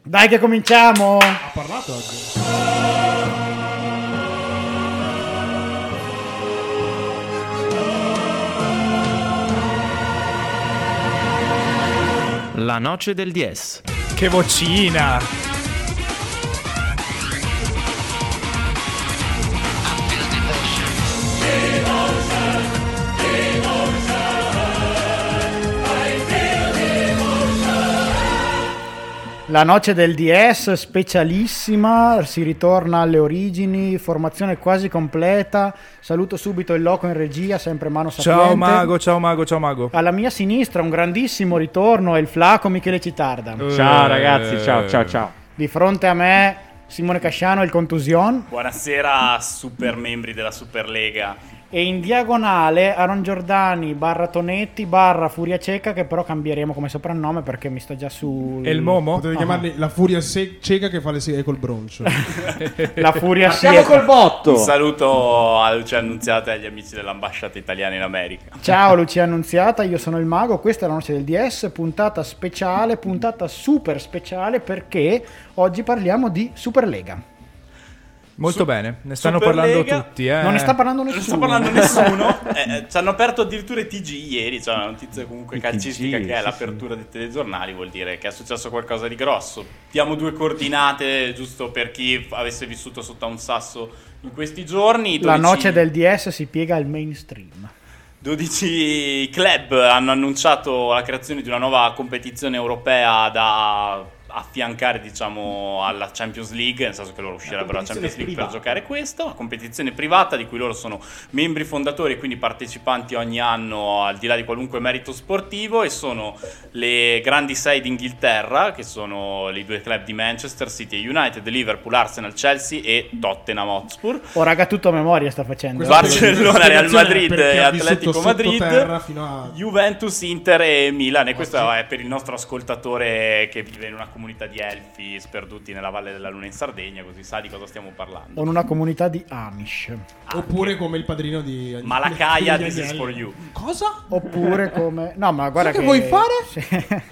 Dai che cominciamo! Ha parlato oggi. La noce del DS. Che vocina! La noce del DS specialissima, si ritorna alle origini, formazione quasi completa. Saluto subito il loco in regia, sempre mano sapiente. Ciao mago. Alla mia sinistra un grandissimo ritorno è il flaco Michele Citarda. Ciao ragazzi, ciao. Di fronte a me Simone Casciano, il Contusion. Buonasera super membri della Superlega. E in diagonale Aaron Giordani / Tonetti / Furia Cieca, che però cambieremo come soprannome perché mi sta già su. E il Momo? Potete chiamarli la Furia Cieca che fa le seghe col broncio. La Furia Partiamo Cieca. col botto. Un saluto a Lucia Annunziata e agli amici dell'ambasciata italiana in America. Ciao Lucia Annunziata, io sono il Mago, questa è la noce del DS, puntata speciale, puntata super speciale perché oggi parliamo di Superlega. Molto bene, ne stanno Superlega. parlando tutti. Non ne sta parlando Non nessuno. sta parlando nessuno. Ci hanno aperto addirittura i TG ieri. C'è una notizia comunque I calcistica TG, che è sì, l'apertura dei telegiornali. Vuol dire che è successo qualcosa di grosso. Diamo due coordinate giusto per chi avesse vissuto sotto a un sasso in questi giorni. La 12 noce del DS si piega al mainstream. 12 club hanno annunciato la creazione di una nuova competizione europea da affiancare, diciamo, alla Champions League, nel senso che loro uscirebbero alla Champions League per giocare questo, una competizione privata di cui loro sono membri fondatori e quindi partecipanti ogni anno al di là di qualunque merito sportivo, e sono le grandi sei d'Inghilterra, che sono i due club di Manchester City e United, Liverpool, Arsenal, Chelsea e Tottenham Hotspur. Oh raga, tutto a memoria sta facendo. Barcellona, Real Madrid Perché e ha vissuto Atletico Madrid, sottoterra fino a... Juventus, Inter e Milan. E questo è per il nostro ascoltatore che vive in una comunità di elfi sperduti nella Valle della Luna in Sardegna, così sa di cosa stiamo parlando. Con una comunità di Amish. Oppure come il padrino di... Malacaia, di this is Agnelli. for you. Cosa? Oppure come... No, ma guarda Sai che vuoi fare? Sì.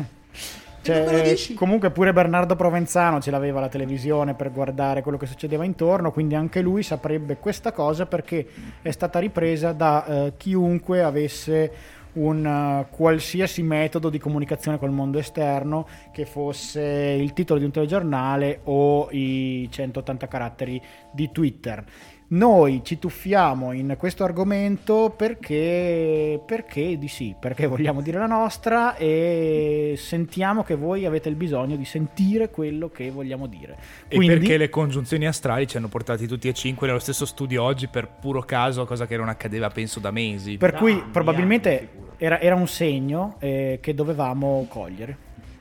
non me lo dici? Comunque pure Bernardo Provenzano ce l'aveva la televisione per guardare quello che succedeva intorno, quindi anche lui saprebbe questa cosa perché è stata ripresa da chiunque avesse un qualsiasi metodo di comunicazione col mondo esterno, che fosse il titolo di un telegiornale o i 180 caratteri di Twitter. Noi ci tuffiamo in questo argomento perché vogliamo dire la nostra e sentiamo che voi avete il bisogno di sentire quello che vogliamo dire. E perché le congiunzioni astrali ci hanno portati tutti e cinque nello stesso studio oggi per puro caso, cosa che non accadeva penso da mesi. Per cui probabilmente era un segno che dovevamo cogliere.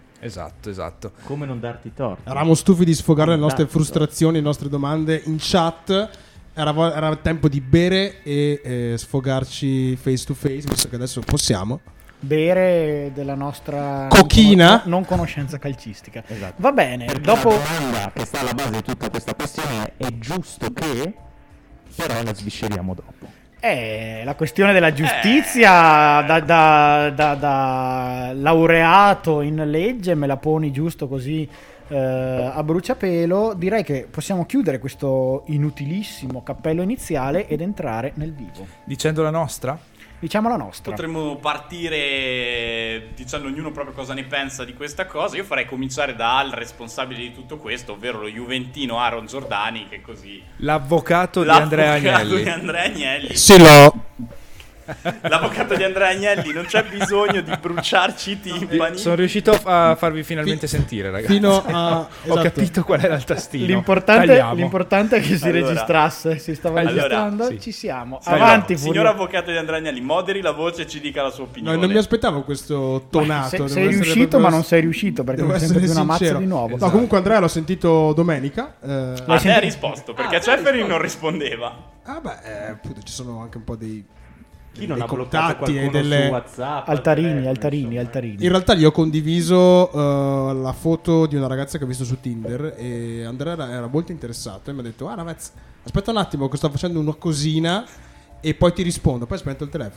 Esatto. Come non darti torto? Eravamo stufi di sfogare le nostre frustrazioni, le nostre domande in chat. Era tempo di bere e sfogarci face to face, visto che adesso possiamo. Bere della nostra Cochina? non conoscenza calcistica. Esatto. Va bene, Perché dopo la domanda che sta alla base di tutta questa questione è giusto che, però la svisceriamo dopo. la questione della giustizia da laureato in legge me la poni giusto così a bruciapelo. Direi che possiamo chiudere questo inutilissimo cappello iniziale ed entrare nel vivo. Dicendo la nostra? Diciamo la nostra. Potremmo partire dicendo ognuno proprio cosa ne pensa di questa cosa. Io farei cominciare dal responsabile di tutto questo, ovvero lo juventino Aaron Giordani, che così... L'avvocato di Andrea Agnelli. Sì, L'avvocato di Andrea Agnelli, non c'è bisogno di bruciarci i timpani. Sono riuscito a farvi finalmente sentire, ragazzi. fino a... Ho esatto. capito qual era il tastino. L'importante è che si Allora. registrasse. Si stava Allora, registrando. sì. Ci siamo. Allora, Avanti, signor Furia. avvocato di Andrea Agnelli, moderi la voce e ci dica la sua No, opinione. non mi aspettavo questo tonato. Sei riuscito, ma non sei riuscito perché devo mi sento essere più una mazza sincero. di nuovo. No, comunque Andrea l'ho sentito domenica. A te ha risposto, perché Ceferin non rispondeva. Appunto ci sono anche un po' dei... Chi non dei ha bloccato contatti e qualcuno delle... su WhatsApp? Altarini. In realtà gli ho condiviso la foto di una ragazza che ho visto su Tinder e Andrea era molto interessato e mi ha detto Ravez, aspetta un attimo che sto facendo una cosina e poi ti rispondo. Poi ho spento il telefono.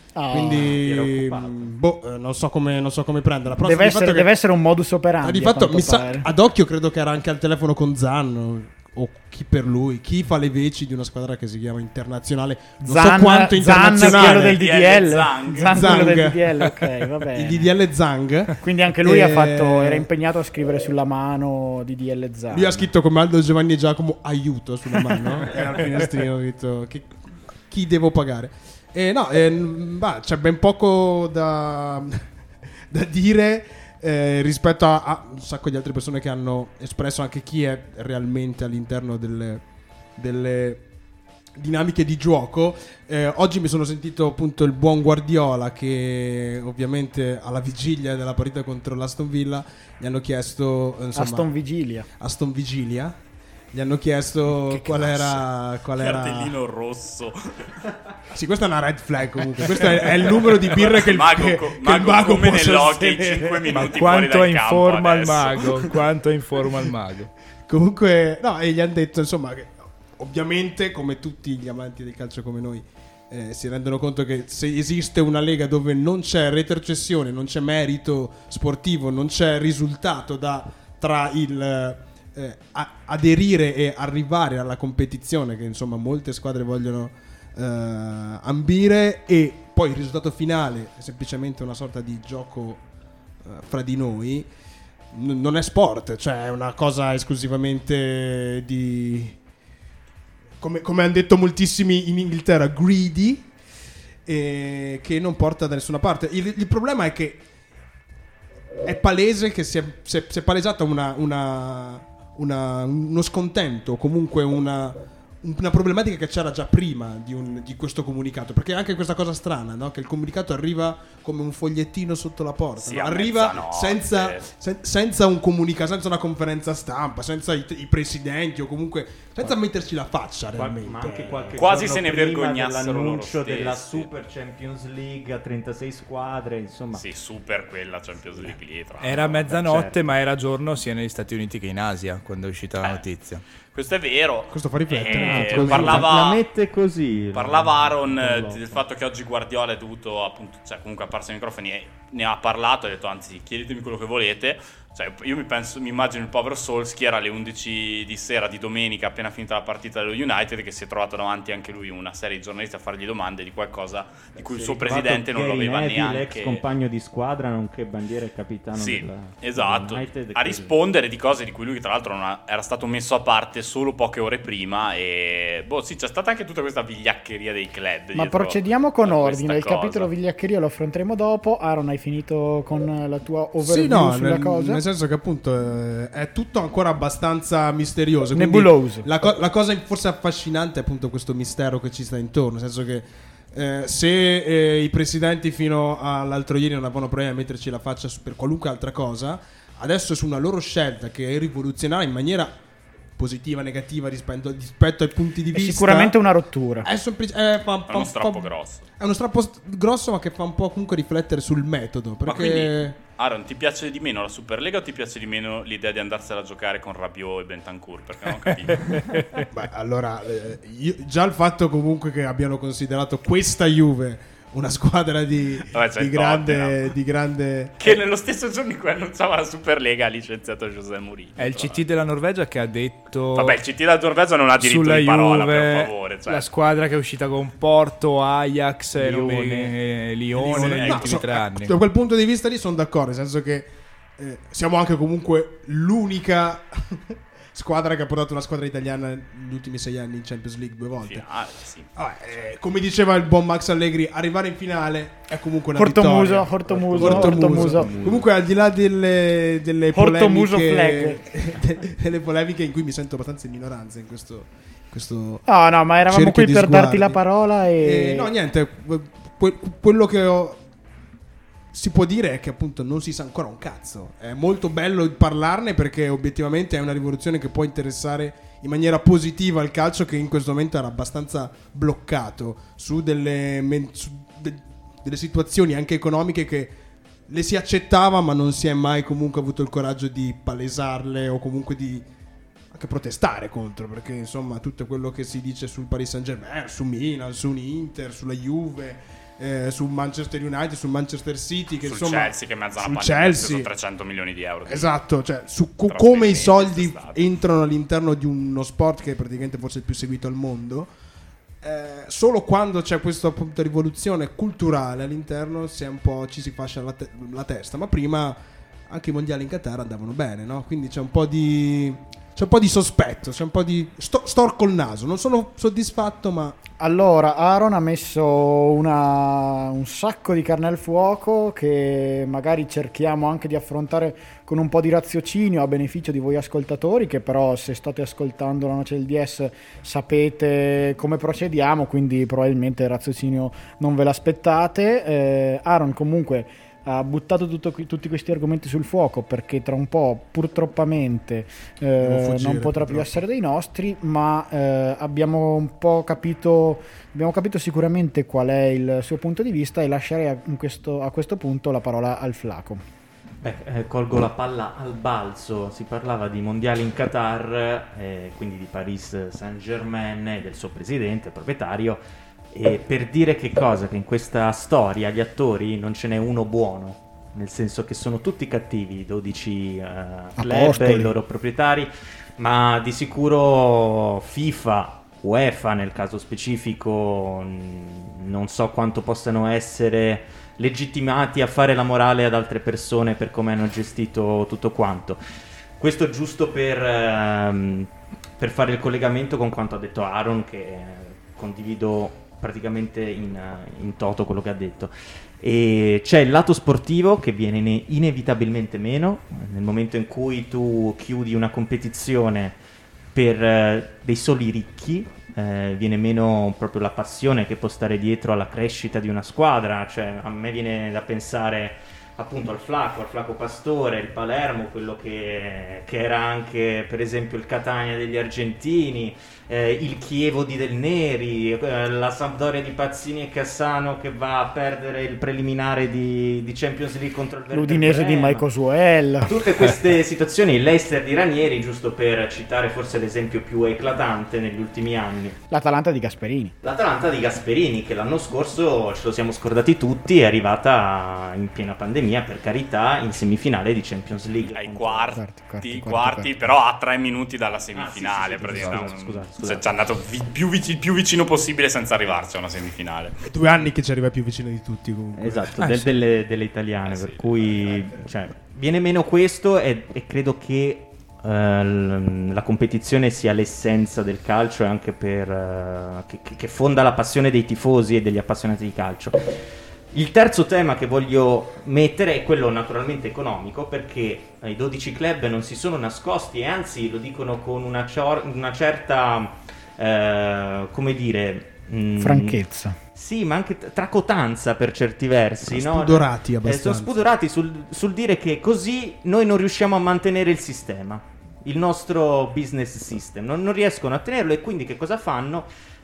Quindi non so come prenderla. Però Deve essere un modus operandi. Di fatto ad occhio credo che era anche al telefono con Zan o chi per lui, chi fa le veci di una squadra che si chiama Internazionale, non so quanto internazionale. Quello del DDL. Zang. Quello del DDL, ok, va bene. Il DDL Zang. Quindi anche lui era impegnato a scrivere sulla mano DDL Zang. Lui ha scritto come Aldo, Giovanni e Giacomo aiuto sulla mano. Era al finestrino, ho detto chi devo pagare. C'è ben poco da dire rispetto a un sacco di altre persone che hanno espresso anche chi è realmente all'interno delle dinamiche di gioco. Oggi mi sono sentito appunto il buon Guardiola, che ovviamente alla vigilia della partita contro l'Aston Villa gli hanno chiesto Aston Vigilia gli hanno chiesto qual era cartellino rosso. Sì, questa è una red flag comunque. Questo è il numero di birre che il mago come può nell'hockey sostenere. 5 minuti quanto fuori è dal in campo forma il adesso. mago, quanto è in forma il mago. Comunque e gli hanno detto insomma che ovviamente, come tutti gli amanti del calcio come noi, si rendono conto che se esiste una lega dove non c'è retrocessione, non c'è merito sportivo, non c'è risultato tra il aderire e arrivare alla competizione che insomma molte squadre vogliono ambire, e poi il risultato finale è semplicemente una sorta di gioco fra di noi, non è sport, cioè è una cosa esclusivamente di, come hanno detto moltissimi in Inghilterra, greedy, che non porta da nessuna parte. Il problema è che è palese che si è palesata uno scontento, o comunque una problematica che c'era già prima di questo comunicato, perché anche questa cosa strana, no? Che il comunicato arriva come un fogliettino sotto la porta, sì, no? Arriva senza un comunicato, senza una conferenza stampa, senza i presidenti, o comunque senza metterci la faccia realmente. Ma anche quasi giorno se ne prima vergognassero dell'annuncio loro della stessi. Super Champions League a 36 squadre, insomma. Sì, super quella Champions League lì, tra l'altro. Era mezzanotte, certo. Ma era giorno sia negli Stati Uniti che in Asia quando è uscita la notizia. Questo è vero. Questo fa riflettere. La mette così. Parlava Aaron del fatto che oggi Guardiola è dovuto, appunto, cioè comunque ha perso i microfoni e ne ha parlato, ha detto anzi chiedetemi quello che volete. Cioè, io mi immagino il povero Solskjaer alle 11 di sera di domenica, appena finita la partita dello United, che si è trovato davanti anche lui una serie di giornalisti a fargli domande di qualcosa di cui il suo presidente non lo aveva neanche. L'ex compagno di squadra, nonché bandiera e capitano esatto, United, a rispondere di cose di cui lui tra l'altro era stato messo a parte solo poche ore prima. E sì, c'è stata anche tutta questa vigliaccheria dei club. Ma procediamo con ordine. Il cosa. capitolo vigliaccheria lo affronteremo dopo. Aaron, hai finito con la tua overview sulla cosa? Nel senso che appunto è tutto ancora abbastanza misterioso, nebuloso. La cosa forse affascinante è appunto questo mistero che ci sta intorno, nel senso che se i presidenti fino all'altro ieri non avevano problemi a metterci la faccia per qualunque altra cosa, adesso su una loro scelta che è rivoluzionaria in maniera positiva, negativa rispetto ai punti di vista, sicuramente una rottura. È uno strappo grosso. È uno strappo grosso, ma che fa un po' comunque riflettere sul metodo. Perché... Ma quindi, Aaron, ti piace di meno la Superlega o ti piace di meno l'idea di andarsela a giocare con Rabiot e Bentancur? Perché non ho capito. Beh, allora, già il fatto comunque che abbiano considerato questa Juve una squadra di grande che nello stesso giorno in cui annunciava la Superlega ha licenziato José Mourinho. È il CT della Norvegia che ha detto, vabbè, il CT della Norvegia non ha diritto sulla di parola, Juve, per favore, cioè. La squadra che è uscita con Porto, Ajax, Lione negli ultimi 3 anni. Da quel punto di vista lì sono d'accordo, nel senso che siamo anche comunque l'unica squadra che ha portato una squadra italiana negli ultimi 6 anni in Champions League 2 volte. Sì. Vabbè, come diceva il buon Max Allegri, arrivare in finale è comunque una vittoria. Hortomuso. Comunque, al di là delle polemiche in cui mi sento abbastanza in minoranza in questo no, ma eravamo qui per darti la parola no, niente, quello che si può dire è che appunto non si sa ancora un cazzo. È molto bello parlarne perché obiettivamente è una rivoluzione che può interessare in maniera positiva il calcio, che in questo momento era abbastanza bloccato su delle situazioni anche economiche che le si accettava, ma non si è mai comunque avuto il coraggio di palesarle o comunque di anche protestare contro, perché insomma tutto quello che si dice sul Paris Saint-Germain, su Milan, su un Inter, sulla Juve, su Manchester United, su Manchester City, che sul insomma, Chelsea che in mezzo alla sul pandemia ha Chelsea. speso 300 milioni di euro. Esatto, cioè su come i trasferimenti soldi quest'estate. entrano all'interno di uno sport che è praticamente forse il più seguito al mondo. Solo quando c'è questa appunto rivoluzione culturale all'interno ci si fascia la testa, ma prima anche i mondiali in Qatar andavano bene, no? Quindi c'è un po' di sospetto, c'è un po' di storco il naso. Non sono soddisfatto, ma Allora, Aaron ha messo un sacco di carne al fuoco che magari cerchiamo anche di affrontare con un po' di raziocinio a beneficio di voi ascoltatori, che però se state ascoltando la Noce del DS sapete come procediamo, quindi probabilmente il raziocinio non ve l'aspettate. Aaron comunque ha buttato tutti questi argomenti sul fuoco perché tra un po' purtroppamente non potrà più essere dei nostri, ma abbiamo capito sicuramente qual è il suo punto di vista e lascerei a questo punto la parola al Flaco. Colgo la palla al balzo. Si parlava di mondiali in Qatar, quindi di Paris Saint-Germain e del suo presidente, proprietario. E per dire che cosa? Che in questa storia gli attori non ce n'è uno buono, nel senso che sono tutti cattivi, 12 club e i loro proprietari, ma di sicuro FIFA, UEFA nel caso specifico, non so quanto possano essere legittimati a fare la morale ad altre persone per come hanno gestito tutto quanto. Questo giusto per fare il collegamento con quanto ha detto Aaron, che condivido praticamente in toto quello che ha detto. E c'è il lato sportivo che viene inevitabilmente meno nel momento in cui tu chiudi una competizione per dei soli ricchi. Viene meno proprio la passione che può stare dietro alla crescita di una squadra. Cioè, a me viene da pensare appunto al Flaco Pastore, il Palermo, quello che era anche per esempio il Catania degli argentini, il Chievo di Del Neri, la Sampdoria di Pazzini e Cassano che va a perdere il preliminare di Champions League contro il Werder L'Udinese di Bremen. Michael Suell. Tutte queste situazioni, il Leicester di Ranieri, giusto per citare forse l'esempio più eclatante negli ultimi anni. L'Atalanta di Gasperini. L'Atalanta di Gasperini, che l'anno scorso ce lo siamo scordati tutti, è arrivata in piena pandemia, per carità, in semifinale di Champions League. Ai quarti, però a 3 minuti dalla semifinale. Scusate. Cioè, ci è andato più vicino possibile senza arrivarci a una semifinale. 2 anni che ci arriva più vicino di tutti comunque. Esatto, delle italiane, per cui cioè, viene meno questo e credo che la competizione sia l'essenza del calcio e anche che fonda la passione dei tifosi e degli appassionati di calcio. Il terzo tema che voglio mettere è quello naturalmente economico, perché i 12 club non si sono nascosti e anzi lo dicono con una certa come dire Franchezza. sì, ma anche tracotanza per certi versi, no? Spudorati abbastanza. Sono spudorati sul dire che così noi non riusciamo a mantenere il sistema, il nostro business system, non riescono a tenerlo, e quindi che cosa fanno?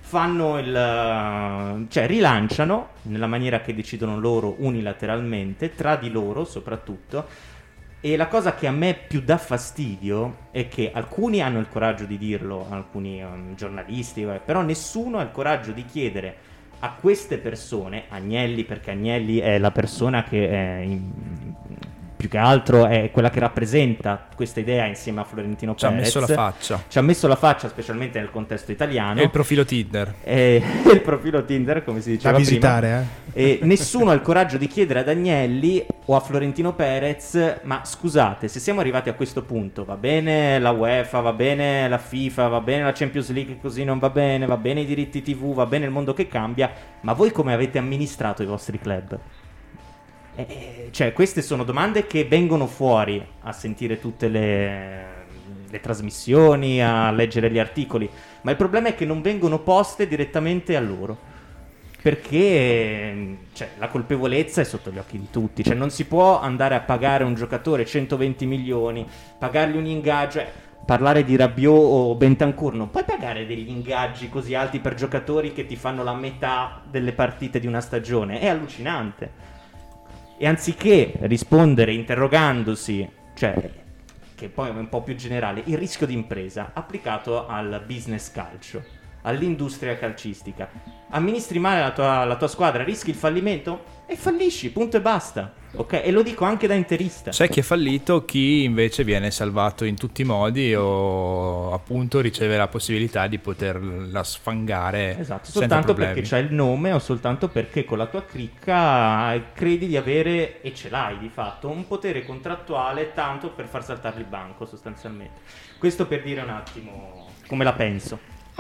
Cioè rilanciano nella maniera che decidono loro unilateralmente, tra di loro soprattutto. E la cosa che a me più dà fastidio è che alcuni hanno il coraggio di dirlo, alcuni giornalisti, però nessuno ha il coraggio di chiedere a queste persone, Agnelli, perché Agnelli è la persona che più che altro è quella che rappresenta questa idea insieme a Florentino Perez. Ci ha messo la faccia, specialmente nel contesto italiano. E il profilo Tinder. Il profilo Tinder, come si diceva da visitare, prima. E nessuno ha il coraggio di chiedere ad Agnelli o a Florentino Perez: ma scusate, se siamo arrivati a questo punto, va bene la UEFA, va bene la FIFA, va bene la Champions League, così non va bene i diritti TV, va bene il mondo che cambia, ma voi come avete amministrato i vostri club? Cioè, queste sono domande che vengono fuori a sentire tutte le trasmissioni, a leggere gli articoli, ma il problema è che non vengono poste direttamente a loro, perché cioè, la colpevolezza è sotto gli occhi di tutti. Cioè, non si può andare a pagare un giocatore 120 milioni, pagargli un ingaggio, parlare di Rabiot o Bentancur, non puoi pagare degli ingaggi così alti per giocatori che ti fanno la metà delle partite di una stagione. È allucinante. E anziché rispondere interrogandosi, cioè, che poi è un po' più generale, il rischio di impresa applicato al business calcio. all'industria calcistica. Amministri male la tua squadra, rischi il fallimento e fallisci, punto e basta. Ok, e lo dico anche da interista. C'è chi è fallito, chi invece viene salvato in tutti i modi o appunto riceve la possibilità di poterla sfangare. Esatto, senza soltanto problemi. perché c'hai il nome o soltanto perché con la tua cricca credi di avere, e ce l'hai di fatto, un potere contrattuale tanto per far saltare il banco sostanzialmente. Questo per dire un attimo come la penso.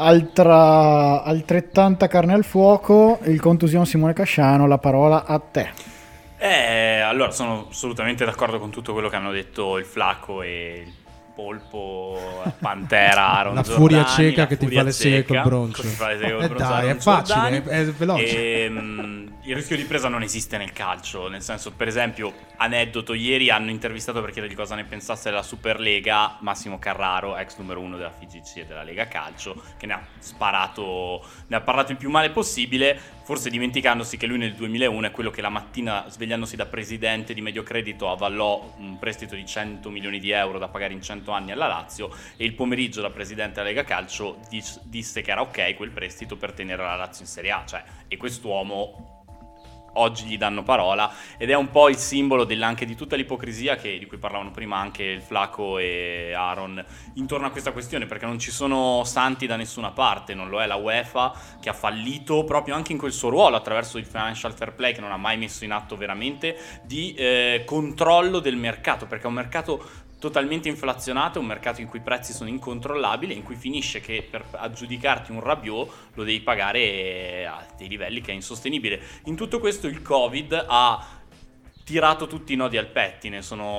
Altrettanta carne al fuoco, il contusion Simone Casciano, la parola a te. Allora sono assolutamente d'accordo con tutto quello che hanno detto il Flacco e il Polpo, Pantera, Aaron La Giordani, furia cieca la che ti furia fa le seghe cieca, col broncio. che ti fa le seghe col bronzo, Dai, Aaron è facile, Giordani. è veloce. Il rischio di presa non esiste nel calcio, nel senso, per esempio, aneddoto, ieri hanno intervistato per chiedergli cosa ne pensasse della Superlega Massimo Carraro, ex numero 1 della FIGC e della Lega Calcio, che ne ha parlato il più male possibile, forse dimenticandosi che lui nel 2001 è quello che la mattina, svegliandosi da presidente di Mediocredito, avallò un prestito di 100 milioni di euro da pagare in 100 anni alla Lazio, e il pomeriggio da presidente della Lega Calcio disse che era ok quel prestito per tenere la Lazio in Serie A, e quest'uomo oggi gli danno parola, ed è un po' il simbolo anche di tutta l'ipocrisia di cui parlavano prima anche il Flaco e Aaron intorno a questa questione, perché non ci sono santi da nessuna parte. Non lo è la UEFA, che ha fallito proprio anche in quel suo ruolo attraverso il financial fair play, che non ha mai messo in atto veramente di controllo del mercato, perché è un mercato totalmente inflazionato, è un mercato in cui i prezzi sono incontrollabili, in cui finisce che per aggiudicarti un Rabiot lo devi pagare a dei livelli che è insostenibile. In tutto questo il Covid ha tirato tutti i nodi al pettine,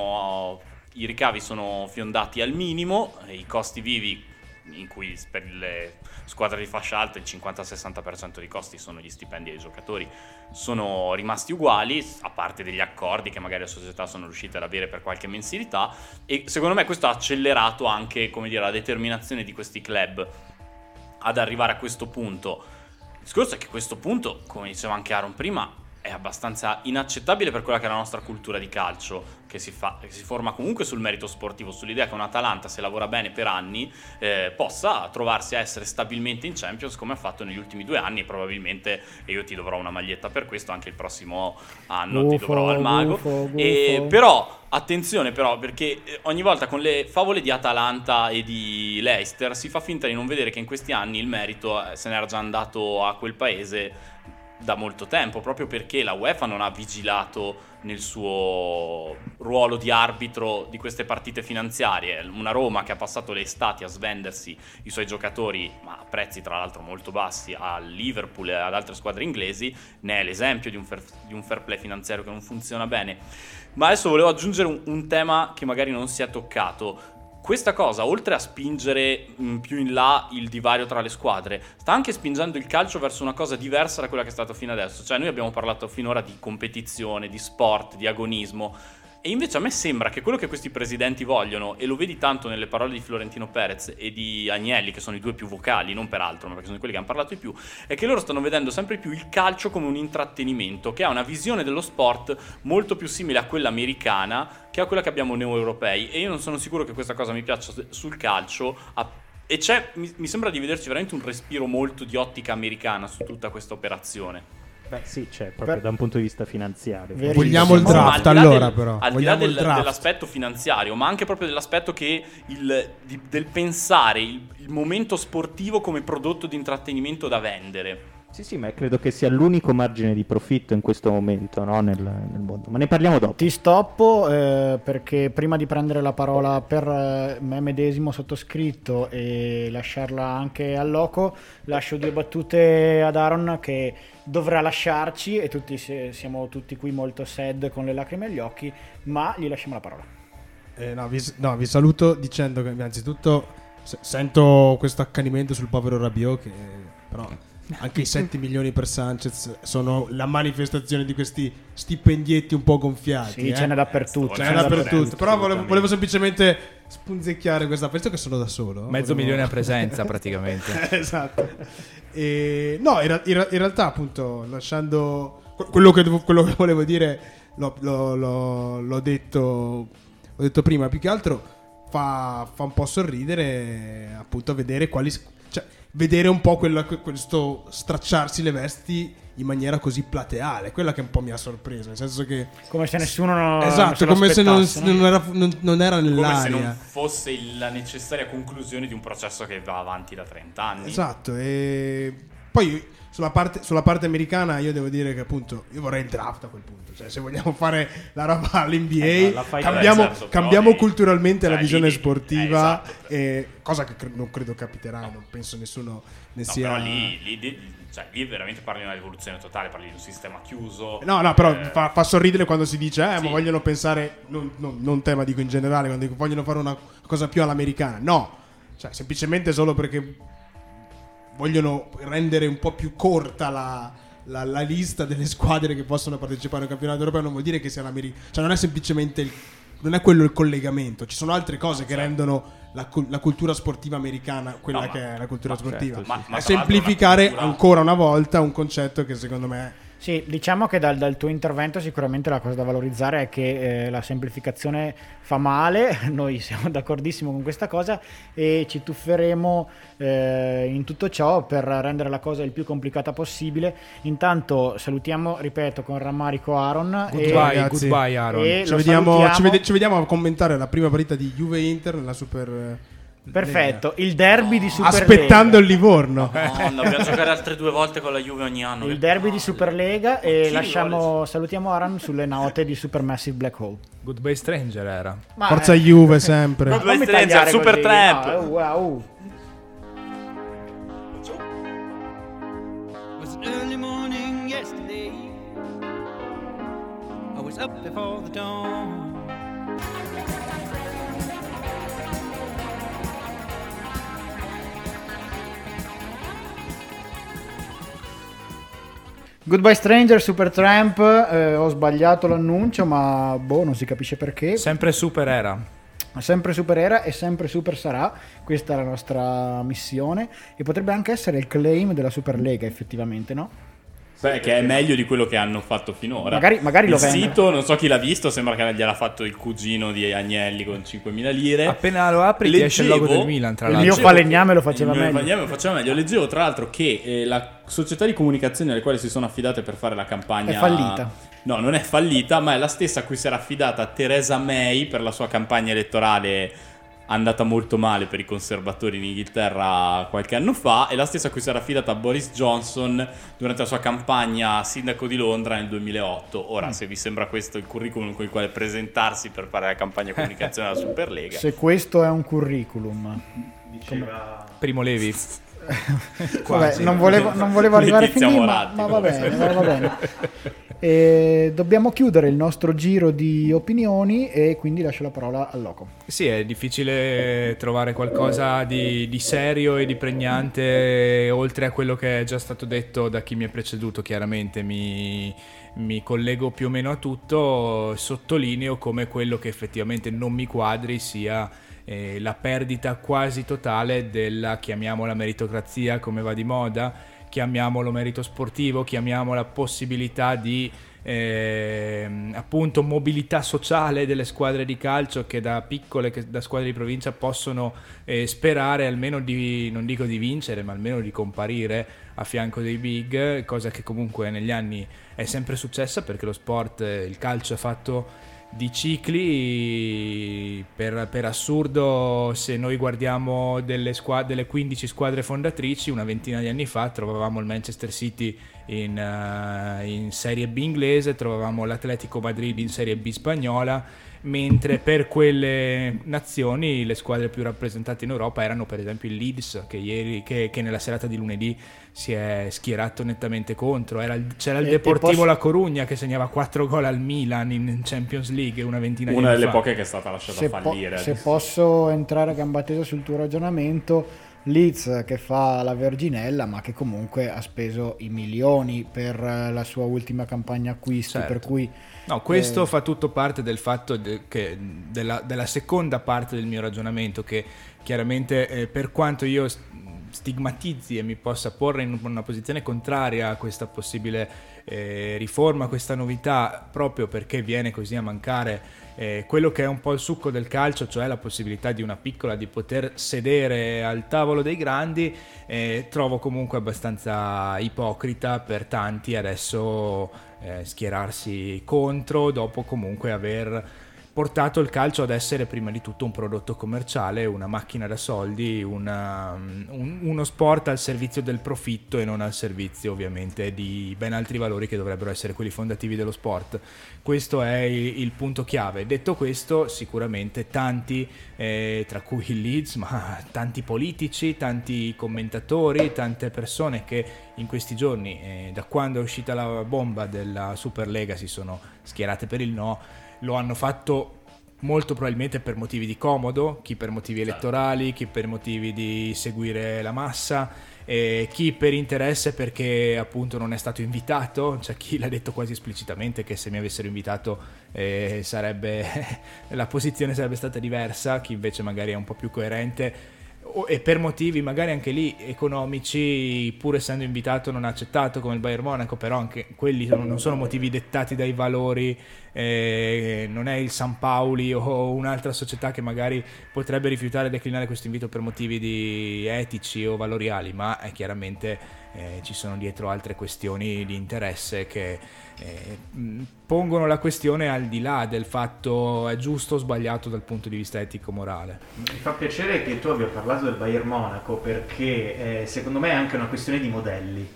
i ricavi sono fiondati al minimo, i costi vivi, in cui per le squadre di fascia alta il 50-60% dei costi sono gli stipendi ai giocatori, sono rimasti uguali, a parte degli accordi che magari le società sono riuscite ad avere per qualche mensilità, e secondo me questo ha accelerato anche, la determinazione di questi club ad arrivare a questo punto. Il discorso è che questo punto, come diceva anche Aaron prima, è abbastanza inaccettabile per quella che è la nostra cultura di calcio, che si forma comunque sul merito sportivo, sull'idea che un Atalanta, se lavora bene per anni, possa trovarsi a essere stabilmente in Champions, come ha fatto negli ultimi 2 anni, e probabilmente, e io ti dovrò una maglietta per questo, anche il prossimo anno ti dovrò al mago. Però attenzione perché ogni volta con le favole di Atalanta e di Leicester si fa finta di non vedere che in questi anni il merito se n'era già andato a quel paese da molto tempo, proprio perché la UEFA non ha vigilato nel suo ruolo di arbitro di queste partite finanziarie. Una Roma che ha passato le estati a svendersi i suoi giocatori, ma a prezzi tra l'altro molto bassi, al Liverpool e ad altre squadre inglesi, ne è l'esempio di un fair play finanziario che non funziona bene. Ma adesso volevo aggiungere un tema che magari non si è toccato. Questa cosa, oltre a spingere più in là il divario tra le squadre, sta anche spingendo il calcio verso una cosa diversa da quella che è stato fino adesso. Noi abbiamo parlato finora di competizione, di sport, di agonismo, e invece a me sembra che quello che questi presidenti vogliono, e lo vedi tanto nelle parole di Florentino Perez e di Agnelli, che sono i due più vocali, non per altro, ma perché sono quelli che hanno parlato di più, è che loro stanno vedendo sempre più il calcio come un intrattenimento, che ha una visione dello sport molto più simile a quella americana che a quella che abbiamo noi europei, e io non sono sicuro che questa cosa mi piaccia sul calcio. E mi sembra di vederci veramente un respiro molto di ottica americana su tutta questa operazione. Beh sì, c'è proprio da un punto di vista finanziario. Verissimo. Vogliamo il draft però. Al di là dell'aspetto finanziario, ma anche proprio dell'aspetto che del pensare il momento sportivo come prodotto di intrattenimento da vendere. Sì, ma credo che sia l'unico margine di profitto in questo momento, no? nel mondo. Ma ne parliamo dopo. Ti stoppo perché prima di prendere la parola per me medesimo sottoscritto e lasciarla anche al loco, lascio 2 battute ad Aaron, che dovrà lasciarci, e siamo tutti qui molto sad con le lacrime agli occhi, ma gli lasciamo la parola. Vi saluto dicendo che innanzitutto sento questo accanimento sul povero Rabiot, che però anche i 7 milioni per Sanchez sono la manifestazione di questi stipendietti un po' gonfiati. Sì, ce n'è dappertutto. Però volevo semplicemente spunzecchiare questa. Penso che sono da solo. Mezzo milione a presenza praticamente. Esatto. In realtà, appunto, lasciando quello che volevo dire, l'ho detto prima. Più che altro fa un po' sorridere, appunto, vedere vedere un po' questo stracciarsi le vesti in maniera così plateale. Quella che un po' mi ha sorpreso, nel senso che come se nessuno esatto, come se non era nell'aria, come se non fosse la necessaria conclusione di un processo che va avanti da 30 anni. Esatto. E poi sulla parte americana io devo dire che appunto io vorrei il draft a quel punto, cioè se vogliamo fare la roba all'NBA cambiamo culturalmente la visione sportiva, esatto. Cosa che non credo capiterà, non penso nessuno ne sia. Però lì veramente parli di una rivoluzione totale, parli di un sistema chiuso. No, però fa sorridere quando si dice ma vogliono pensare, non tema, dico in generale, quando vogliono fare una cosa più all'americana. No, cioè semplicemente solo perché vogliono rendere un po' più corta la lista delle squadre che possono partecipare al campionato europeo. Non vuol dire che sia l'America, cioè non è semplicemente non è quello il collegamento, ci sono altre cose che rendono la cultura sportiva americana quella che è la cultura sportiva. Certo, è semplificare ancora una volta un concetto che secondo me Sì, diciamo che dal tuo intervento sicuramente la cosa da valorizzare è che la semplificazione fa male, noi siamo d'accordissimo con questa cosa e ci tufferemo in tutto ciò per rendere la cosa il più complicata possibile. Intanto salutiamo, ripeto, con rammarico Aaron. Goodbye Aaron. Ci vediamo a commentare la prima partita di Juve-Inter nella Super Perfetto, il derby di Superlega. Aspettando il Livorno. Dobbiamo giocare altre 2 volte con la Juve ogni anno. Il derby di Superlega e salutiamo Aran sulle note di Supermassive Black Hole. Goodbye Stranger era. Forza Juve sempre. Goodbye Stranger, Super Tramp. Wow. Was an early morning yesterday. I was up before the dawn. Goodbye Stranger, Supertramp, ho sbagliato l'annuncio ma non si capisce perché. Sempre super era. Sempre super era e sempre super sarà, questa è la nostra missione e potrebbe anche essere il claim della Superlega effettivamente, no? Beh, che è meglio di quello che hanno fatto finora. Magari lo il vende. sito, non so chi l'ha visto, sembra che gliel'ha fatto il cugino di Agnelli con 5.000 lire. Appena lo apri ti esce il logo del Milan, tra l'altro. Il mio falegname lo faceva meglio. Leggevo tra l'altro che la società di comunicazione alle quali si sono affidate per fare la campagna è fallita. No, non è fallita, ma è la stessa a cui si era affidata Theresa May per la sua campagna elettorale andata molto male per i conservatori in Inghilterra qualche anno fa, e la stessa a cui si era affidata Boris Johnson durante la sua campagna sindaco di Londra nel 2008. Ora, se vi sembra questo il curriculum con il quale presentarsi per fare la campagna comunicazione della Superlega, se questo è un curriculum, Primo Levi. Vabbè, non volevo arrivare fin lì, ma va bene. Dobbiamo chiudere il nostro giro di opinioni e quindi lascio la parola al Loco. Sì, è difficile trovare qualcosa di serio e di pregnante oltre a quello che è già stato detto da chi mi ha preceduto. Chiaramente mi collego più o meno a tutto, sottolineo come quello che effettivamente non mi quadri sia la perdita quasi totale della, chiamiamola meritocrazia come va di moda, chiamiamolo merito sportivo, chiamiamola possibilità di appunto mobilità sociale delle squadre di calcio che da piccole, che da squadre di provincia possono sperare almeno di, non dico di vincere, ma almeno di comparire a fianco dei big, cosa che comunque negli anni è sempre successa perché lo sport, il calcio è fatto di cicli. Per assurdo, se noi guardiamo delle 15 squadre fondatrici, una ventina di anni fa trovavamo il Manchester City in Serie B inglese, trovavamo l'Atletico Madrid in Serie B spagnola, mentre per quelle nazioni le squadre più rappresentate in Europa erano per esempio il Leeds, che nella serata di lunedì si è schierato nettamente contro. C'era il Deportivo La Corugna che segnava 4 gol al Milan in Champions League una ventina di anni fa. Una delle poche che è stata lasciata fallire. Se posso entrare a gamba tesa sul tuo ragionamento, Leeds che fa la verginella ma che comunque ha speso i milioni per la sua ultima campagna acquisti, certo. Per cui no, questo fa tutto parte del fatto della seconda parte del mio ragionamento, che chiaramente per quanto io stigmatizzi e mi possa porre in una posizione contraria a questa possibile riforma, questa novità, proprio perché viene così a mancare quello che è un po' il succo del calcio, cioè la possibilità di una piccola di poter sedere al tavolo dei grandi, trovo comunque abbastanza ipocrita per tanti adesso schierarsi contro, dopo comunque aver portato il calcio ad essere prima di tutto un prodotto commerciale, una macchina da soldi, uno sport al servizio del profitto e non al servizio ovviamente di ben altri valori che dovrebbero essere quelli fondativi dello sport. Questo è il punto chiave. Detto questo, sicuramente tanti, tra cui il Leeds, ma tanti politici, tanti commentatori, tante persone che in questi giorni, da quando è uscita la bomba della Superlega, si sono schierate per il no. Lo hanno fatto molto probabilmente per motivi di comodo, chi per motivi elettorali, chi per motivi di seguire la massa, chi per interesse perché appunto non è stato invitato. C'è chi l'ha detto quasi esplicitamente che se mi avessero invitato la posizione sarebbe stata diversa, chi invece magari è un po' più coerente e per motivi magari anche lì economici, pur essendo invitato non ha accettato, come il Bayern Monaco, però anche quelli non sono motivi dettati dai valori, non è il San Paoli o un'altra società che magari potrebbe rifiutare e declinare questo invito per motivi etici o valoriali, ma chiaramente ci sono dietro altre questioni di interesse che pongono la questione al di là del fatto è giusto o sbagliato dal punto di vista etico-morale. Mi fa piacere che tu abbia parlato del Bayern Monaco, perché secondo me è anche una questione di modelli.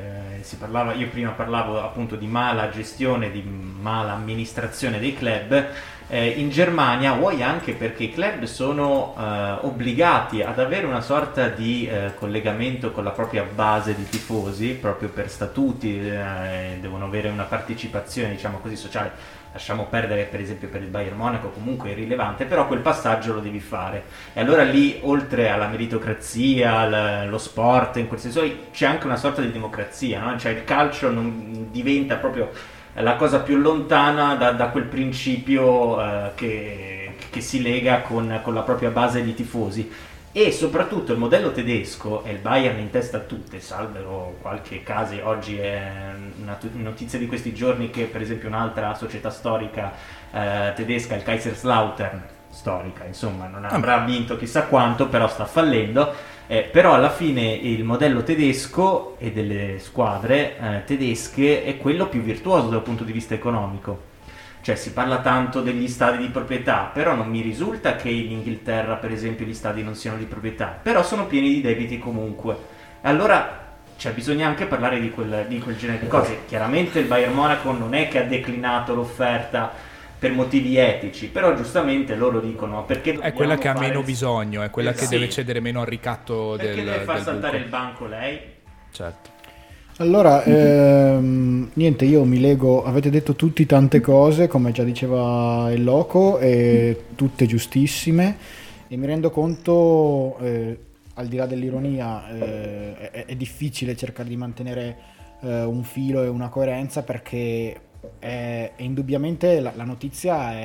Io prima parlavo appunto di mala gestione, di mala amministrazione dei club. In Germania vuoi anche perché i club sono obbligati ad avere una sorta di collegamento con la propria base di tifosi, proprio per statuti, devono avere una partecipazione, diciamo così, sociale. Lasciamo perdere per esempio per il Bayern Monaco, comunque è irrilevante, però quel passaggio lo devi fare. E allora lì, oltre alla meritocrazia, lo sport, in quel senso c'è anche una sorta di democrazia, no? Cioè il calcio non diventa proprio la cosa più lontana da quel principio che si lega con la propria base di tifosi. E soprattutto il modello tedesco, e il Bayern in testa a tutte, salvo qualche caso. Oggi è una notizia di questi giorni che per esempio un'altra società storica tedesca, il Kaiserslautern, storica, insomma, non avrà vinto chissà quanto, però sta fallendo. Però alla fine il modello tedesco e delle squadre tedesche è quello più virtuoso dal punto di vista economico. Cioè si parla tanto degli stadi di proprietà, però non mi risulta che in Inghilterra per esempio gli stadi non siano di proprietà, però sono pieni di debiti comunque. Allora bisogna anche parlare di quel genere di cose. Chiaramente il Bayern Monaco non è che ha declinato l'offerta per motivi etici, però giustamente loro dicono perché è quella che ha meno bisogno, è quella che sì, deve cedere meno al ricatto perché del deve far saltare buco. il banco lei. Certo. Allora, niente, io mi lego, avete detto tutti tante cose, come già diceva il Loco, e tutte giustissime, e mi rendo conto, al di là dell'ironia, è difficile cercare di mantenere un filo e una coerenza, perché indubbiamente la notizia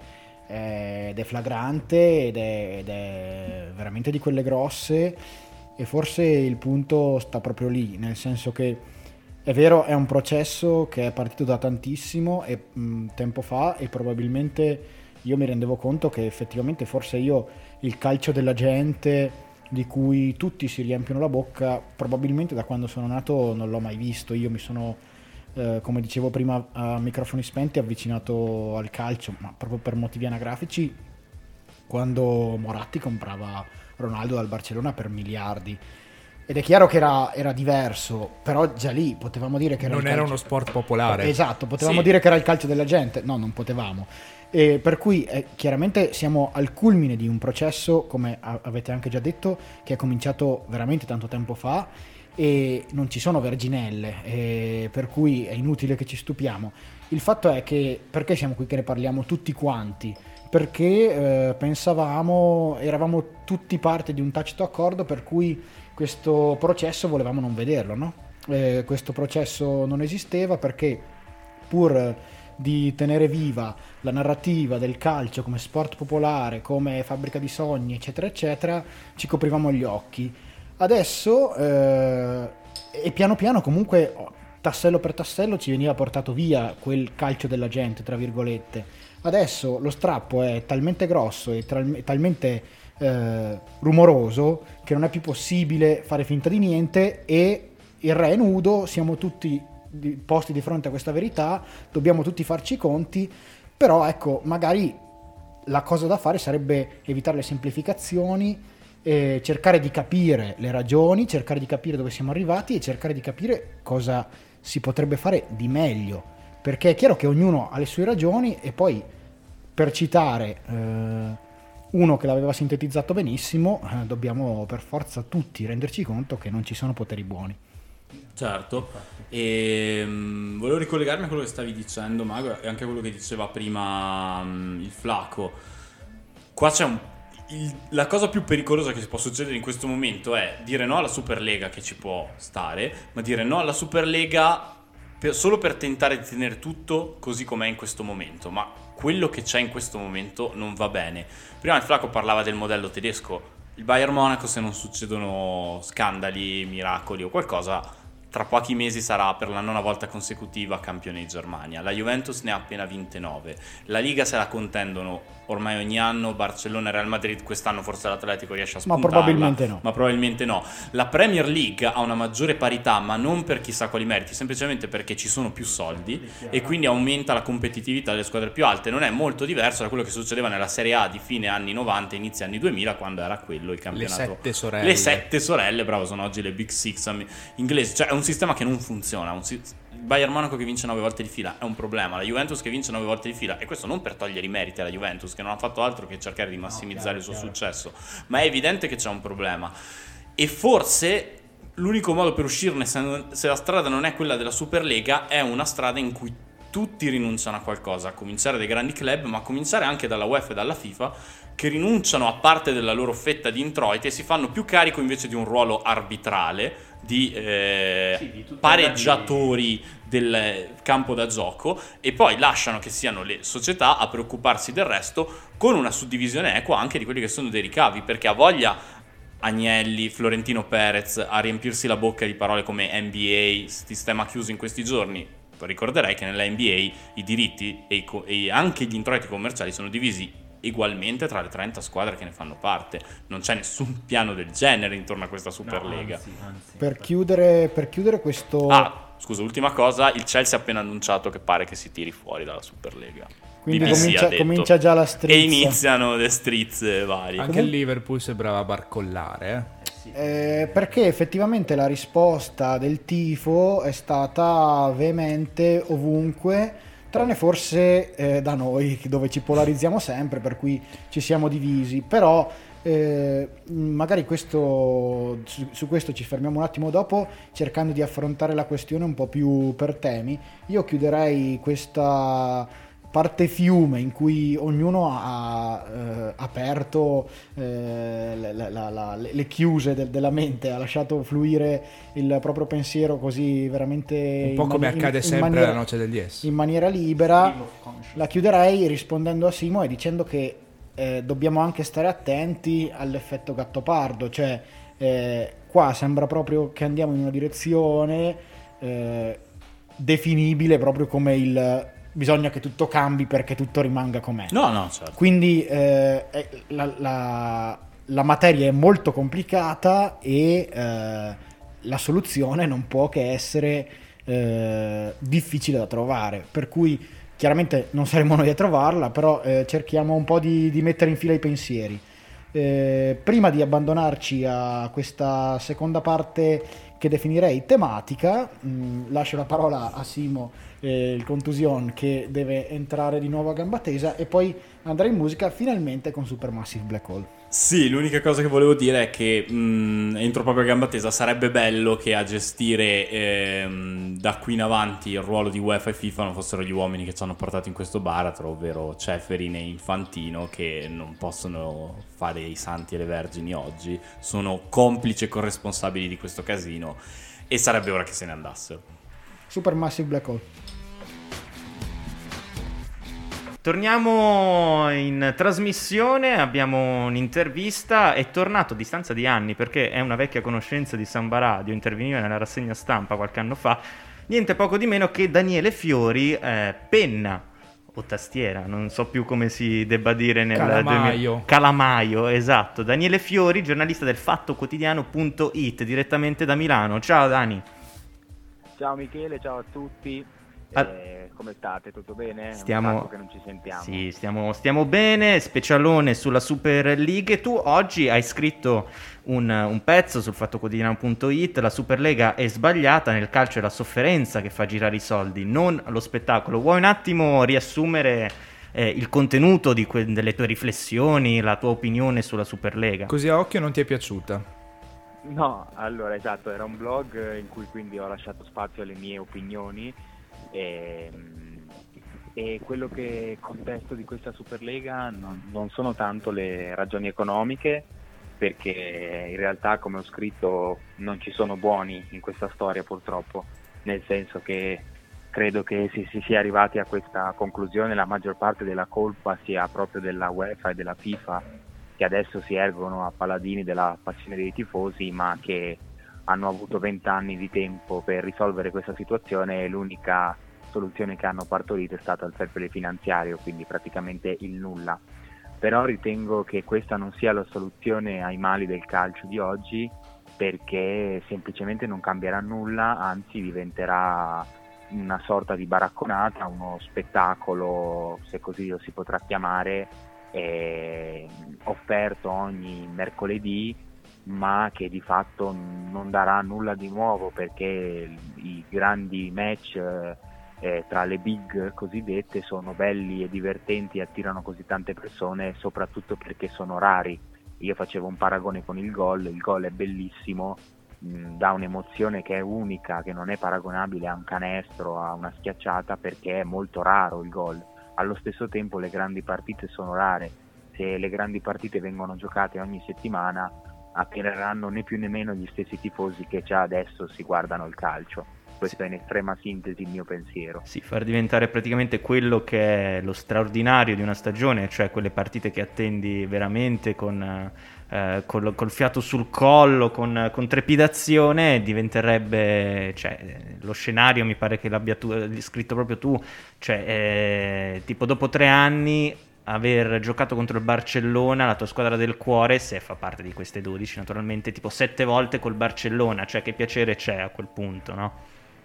è flagrante ed è veramente di quelle grosse. E forse il punto sta proprio lì, nel senso che è vero, è un processo che è partito da tantissimo tempo fa, e probabilmente io mi rendevo conto che effettivamente forse io il calcio della gente di cui tutti si riempiono la bocca, probabilmente da quando sono nato non l'ho mai visto. Io mi sono, come dicevo prima a microfoni spenti, avvicinato al calcio, ma proprio per motivi anagrafici, quando Moratti comprava Ronaldo dal Barcellona per miliardi. Ed è chiaro che era diverso, però già lì potevamo dire che era non era uno sport popolare. Esatto, potevamo dire che era il calcio della gente. No, non potevamo. E per cui chiaramente siamo al culmine di un processo, come avete anche già detto, che è cominciato veramente tanto tempo fa, e non ci sono verginelle, per cui è inutile che ci stupiamo. Il fatto è che perché siamo qui che ne parliamo tutti quanti? Perché eravamo tutti parte di un tacito accordo per cui questo processo volevamo non vederlo, no? Questo processo non esisteva perché, pur di tenere viva la narrativa del calcio come sport popolare, come fabbrica di sogni, eccetera eccetera, ci coprivamo gli occhi. Adesso e piano piano comunque tassello per tassello ci veniva portato via quel calcio della gente, tra virgolette. Adesso lo strappo è talmente grosso e talmente rumoroso che non è più possibile fare finta di niente, e il re è nudo, siamo tutti posti di fronte a questa verità, dobbiamo tutti farci i conti. Però ecco, magari la cosa da fare sarebbe evitare le semplificazioni, cercare di capire le ragioni, cercare di capire dove siamo arrivati e cercare di capire cosa si potrebbe fare di meglio, perché è chiaro che ognuno ha le sue ragioni, e poi, per citare uno che l'aveva sintetizzato benissimo, dobbiamo per forza tutti renderci conto che non ci sono poteri buoni. Certo, e volevo ricollegarmi a quello che stavi dicendo, Mago, e anche a quello che diceva prima il Flaco. Qua c'è la cosa più pericolosa che si può succedere in questo momento è dire no alla Superlega, che ci può stare, ma dire no alla Superlega solo per tentare di tenere tutto così com'è in questo momento. Ma quello che c'è in questo momento non va bene. Prima il Flaco parlava del modello tedesco. Il Bayern Monaco, se non succedono scandali, miracoli o qualcosa, tra pochi mesi sarà per la 9ª volta consecutiva campione di Germania. La Juventus ne ha appena vinte 9. La Liga se la contendono ormai ogni anno Barcellona e Real Madrid. Quest'anno forse l'Atletico riesce a spuntarla, ma probabilmente no. La Premier League ha una maggiore parità, ma non per chissà quali meriti, semplicemente perché ci sono più soldi e quindi aumenta la competitività delle squadre più alte. Non è molto diverso da quello che succedeva nella Serie A di fine anni 90 inizio anni 2000, quando era quello il campionato. Le sette sorelle, bravo, sono oggi le Big Six inglesi. Cioè è un sistema che non funziona. Il Bayern Monaco che vince 9 volte di fila è un problema, la Juventus che vince 9 volte di fila, e questo non per togliere i meriti alla Juventus, che non ha fatto altro che cercare di massimizzare il suo successo, ma è evidente che c'è un problema. E forse l'unico modo per uscirne, se la strada non è quella della Superlega, è una strada in cui tutti rinunciano a qualcosa, a cominciare dai grandi club, ma a cominciare anche dalla UEFA e dalla FIFA, che rinunciano a parte della loro fetta di introiti e si fanno più carico invece di un ruolo arbitrale, di pareggiatori del campo da gioco, e poi lasciano che siano le società a preoccuparsi del resto, con una suddivisione equa anche di quelli che sono dei ricavi, perché ha voglia Agnelli, Florentino Perez a riempirsi la bocca di parole come NBA, sistema chiuso in questi giorni. Ricorderei che nella NBA i diritti e anche gli introiti commerciali sono divisi egualmente tra le 30 squadre che ne fanno parte. Non c'è nessun piano del genere intorno a questa Superlega. Anzi. Per chiudere questo... Scusa, ultima cosa, il Chelsea ha appena annunciato che pare che si tiri fuori dalla Superlega. Quindi BBC comincia già la strizza. E iniziano le strizze varie. Anche il Liverpool sembrava barcollare, perché effettivamente la risposta del tifo è stata veemente ovunque, tranne forse da noi, dove ci polarizziamo sempre, per cui ci siamo divisi. Però magari su questo ci fermiamo un attimo dopo, cercando di affrontare la questione un po' più per temi. Io chiuderei questa parte fiume in cui ognuno ha aperto le chiuse della mente, ha lasciato fluire il proprio pensiero così veramente un po' come accade sempre alla Noce del DS, in maniera libera. La chiuderei rispondendo a Simo e dicendo che dobbiamo anche stare attenti all'effetto Gattopardo, cioè qua sembra proprio che andiamo in una direzione definibile proprio come il bisogna che tutto cambi perché tutto rimanga com'è. No, certo. Quindi la materia è molto complicata e la soluzione non può che essere difficile da trovare, per cui chiaramente non saremo noi a trovarla, però cerchiamo un po' di mettere in fila i pensieri. Prima di abbandonarci a questa seconda parte che definirei tematica, lascio la parola a Simo, il Contusion, che deve entrare di nuovo a gamba tesa, e poi andrà in musica finalmente con Supermassive Black Hole. Sì, l'unica cosa che volevo dire è che entro proprio a gamba tesa. Sarebbe bello che a gestire da qui in avanti il ruolo di UEFA e FIFA non fossero gli uomini che ci hanno portato in questo baratro, ovvero Ceferin e Infantino, che non possono fare i santi e le vergini oggi, sono complici e corresponsabili di questo casino e sarebbe ora che se ne andassero. Supermassive Black Hole. Torniamo in trasmissione, abbiamo un'intervista, è tornato a distanza di anni perché è una vecchia conoscenza di Samba Radio, interveniva nella rassegna stampa qualche anno fa, niente poco di meno che Daniele Fiori, penna o tastiera, non so più come si debba dire nel Calamaio, esatto. Daniele Fiori, giornalista del fattoquotidiano.it, direttamente da Milano. Ciao Dani. Ciao Michele, ciao a tutti. Come state? Tutto bene? Stiamo... È un sacco che non ci sentiamo. Sì, stiamo bene, specialone sulla Super League. Tu oggi hai scritto un pezzo sul fattoquotidiano.it, la Superlega è sbagliata, nel calcio è la sofferenza che fa girare i soldi, non lo spettacolo. Vuoi un attimo riassumere il contenuto delle tue riflessioni, la tua opinione sulla Superlega? Così a occhio non ti è piaciuta? No, allora esatto, era un blog in cui quindi ho lasciato spazio alle mie opinioni e quello che contesto di questa Superlega non sono tanto le ragioni economiche, perché in realtà, come ho scritto, non ci sono buoni in questa storia purtroppo, nel senso che credo che si sia arrivati a questa conclusione, la maggior parte della colpa sia proprio della UEFA e della FIFA, che adesso si ergono a paladini della passione dei tifosi, ma che hanno avuto 20 anni di tempo per risolvere questa situazione e l'unica soluzione che hanno partorito è stata il fair play finanziario, quindi praticamente il nulla. Però ritengo che questa non sia la soluzione ai mali del calcio di oggi, perché semplicemente non cambierà nulla, anzi diventerà una sorta di baracconata, uno spettacolo, se così lo si potrà chiamare, offerto ogni mercoledì, ma che di fatto non darà nulla di nuovo, perché i grandi match tra le big cosiddette sono belli e divertenti e attirano così tante persone, soprattutto perché sono rari. Io facevo un paragone con il gol è bellissimo, dà un'emozione che è unica, che non è paragonabile a un canestro, a una schiacciata, perché è molto raro il gol. Allo stesso tempo le grandi partite sono rare. Se le grandi partite vengono giocate ogni settimana, attireranno né più né meno gli stessi tifosi che già adesso si guardano il calcio. Questo è in estrema sintesi il mio pensiero. Sì, far diventare praticamente quello che è lo straordinario di una stagione, cioè quelle partite che attendi veramente col fiato sul collo, con trepidazione, diventerebbe, cioè, lo scenario mi pare che l'abbia scritto proprio tu, cioè tipo dopo 3 anni aver giocato contro il Barcellona, la tua squadra del cuore, se fa parte di queste 12 naturalmente, tipo 7 volte col Barcellona, cioè che piacere c'è a quel punto, no?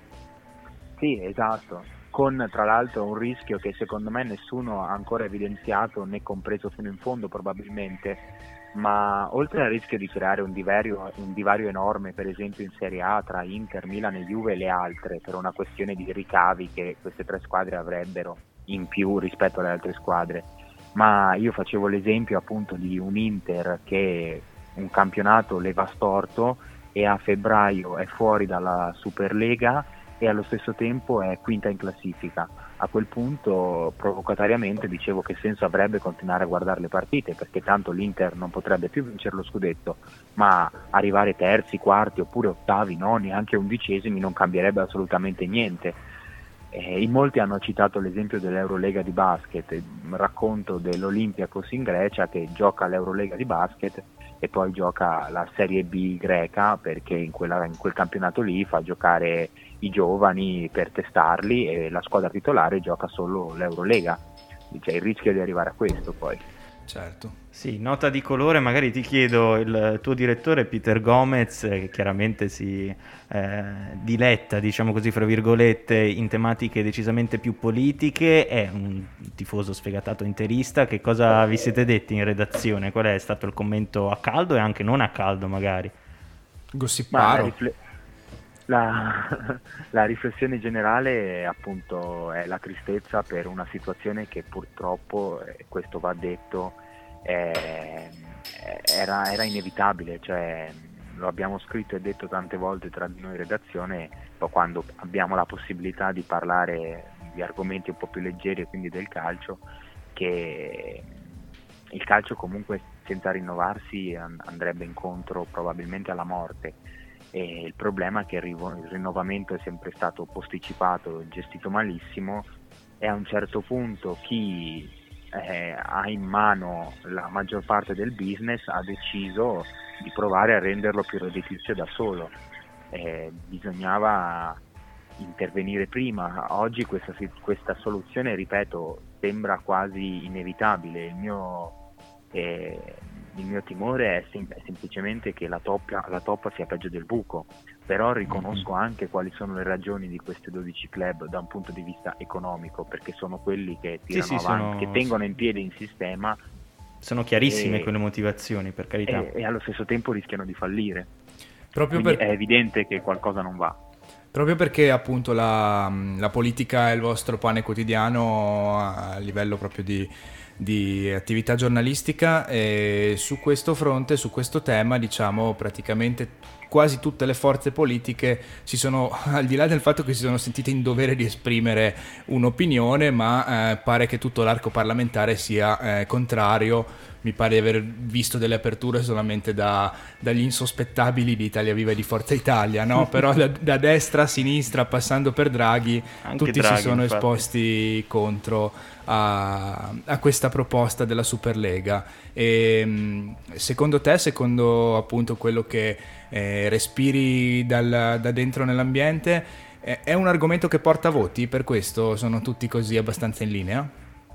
Sì, esatto, con tra l'altro un rischio che secondo me nessuno ha ancora evidenziato né compreso fino in fondo probabilmente, ma oltre al rischio di creare un divario enorme, per esempio in Serie A tra Inter, Milan e Juve e le altre, per una questione di ricavi che queste 3 squadre avrebbero in più rispetto alle altre squadre, ma io facevo l'esempio appunto di un Inter che un campionato le va storto e a febbraio è fuori dalla Superlega e allo stesso tempo è quinta in classifica. A quel punto provocatoriamente dicevo che senso avrebbe continuare a guardare le partite, perché tanto l'Inter non potrebbe più vincere lo scudetto, ma arrivare terzi, quarti oppure ottavi, noni, anche undicesimi non cambierebbe assolutamente niente. In molti hanno citato l'esempio dell'Eurolega di basket, racconto dell'Olympiakos in Grecia che gioca l'Eurolega di basket e poi gioca la Serie B greca, perché in quel campionato lì fa giocare i giovani per testarli e la squadra titolare gioca solo l'Eurolega. C'è il rischio di arrivare a questo poi. Certo. Sì, nota di colore, magari ti chiedo, il tuo direttore Peter Gomez, che chiaramente si diletta, diciamo così, fra virgolette, in tematiche decisamente più politiche, è un tifoso sfegatato interista. Che cosa vi siete detti in redazione? Qual è stato il commento a caldo e anche non a caldo magari? Gossiparo. La riflessione generale appunto è la tristezza per una situazione che purtroppo, questo va detto, era inevitabile, cioè lo abbiamo scritto e detto tante volte tra di noi in redazione, poi quando abbiamo la possibilità di parlare di argomenti un po' più leggeri e quindi del calcio, che il calcio comunque senza rinnovarsi andrebbe incontro probabilmente alla morte. E il problema è che il rinnovamento è sempre stato posticipato e gestito malissimo, e a un certo punto chi ha in mano la maggior parte del business ha deciso di provare a renderlo più redditizio da solo. Bisognava intervenire prima. Oggi questa soluzione, ripeto, sembra quasi inevitabile. Il mio timore è semplicemente che la toppa sia peggio del buco, però riconosco anche quali sono le ragioni di questi 12 club da un punto di vista economico, perché sono quelli che tirano avanti, che tengono in piedi il sistema. Sono chiarissime quelle motivazioni, per carità. E allo stesso tempo rischiano di fallire. Proprio è evidente che qualcosa non va. Proprio perché appunto la politica è il vostro pane quotidiano a livello proprio di attività giornalistica, e su questo fronte, su questo tema, diciamo, praticamente quasi tutte le forze politiche si sono, al di là del fatto che si sono sentite in dovere di esprimere un'opinione, ma pare che tutto l'arco parlamentare sia contrario. Mi pare di aver visto delle aperture solamente dagli insospettabili di Italia Viva e di Forza Italia, no? Però da destra a sinistra, passando per Draghi, anche tutti Draghi, si sono infatti, esposti contro a questa proposta della Superlega. E secondo te, secondo appunto quello che respiri da dentro nell'ambiente, è un argomento che porta voti? Per questo sono tutti così abbastanza in linea?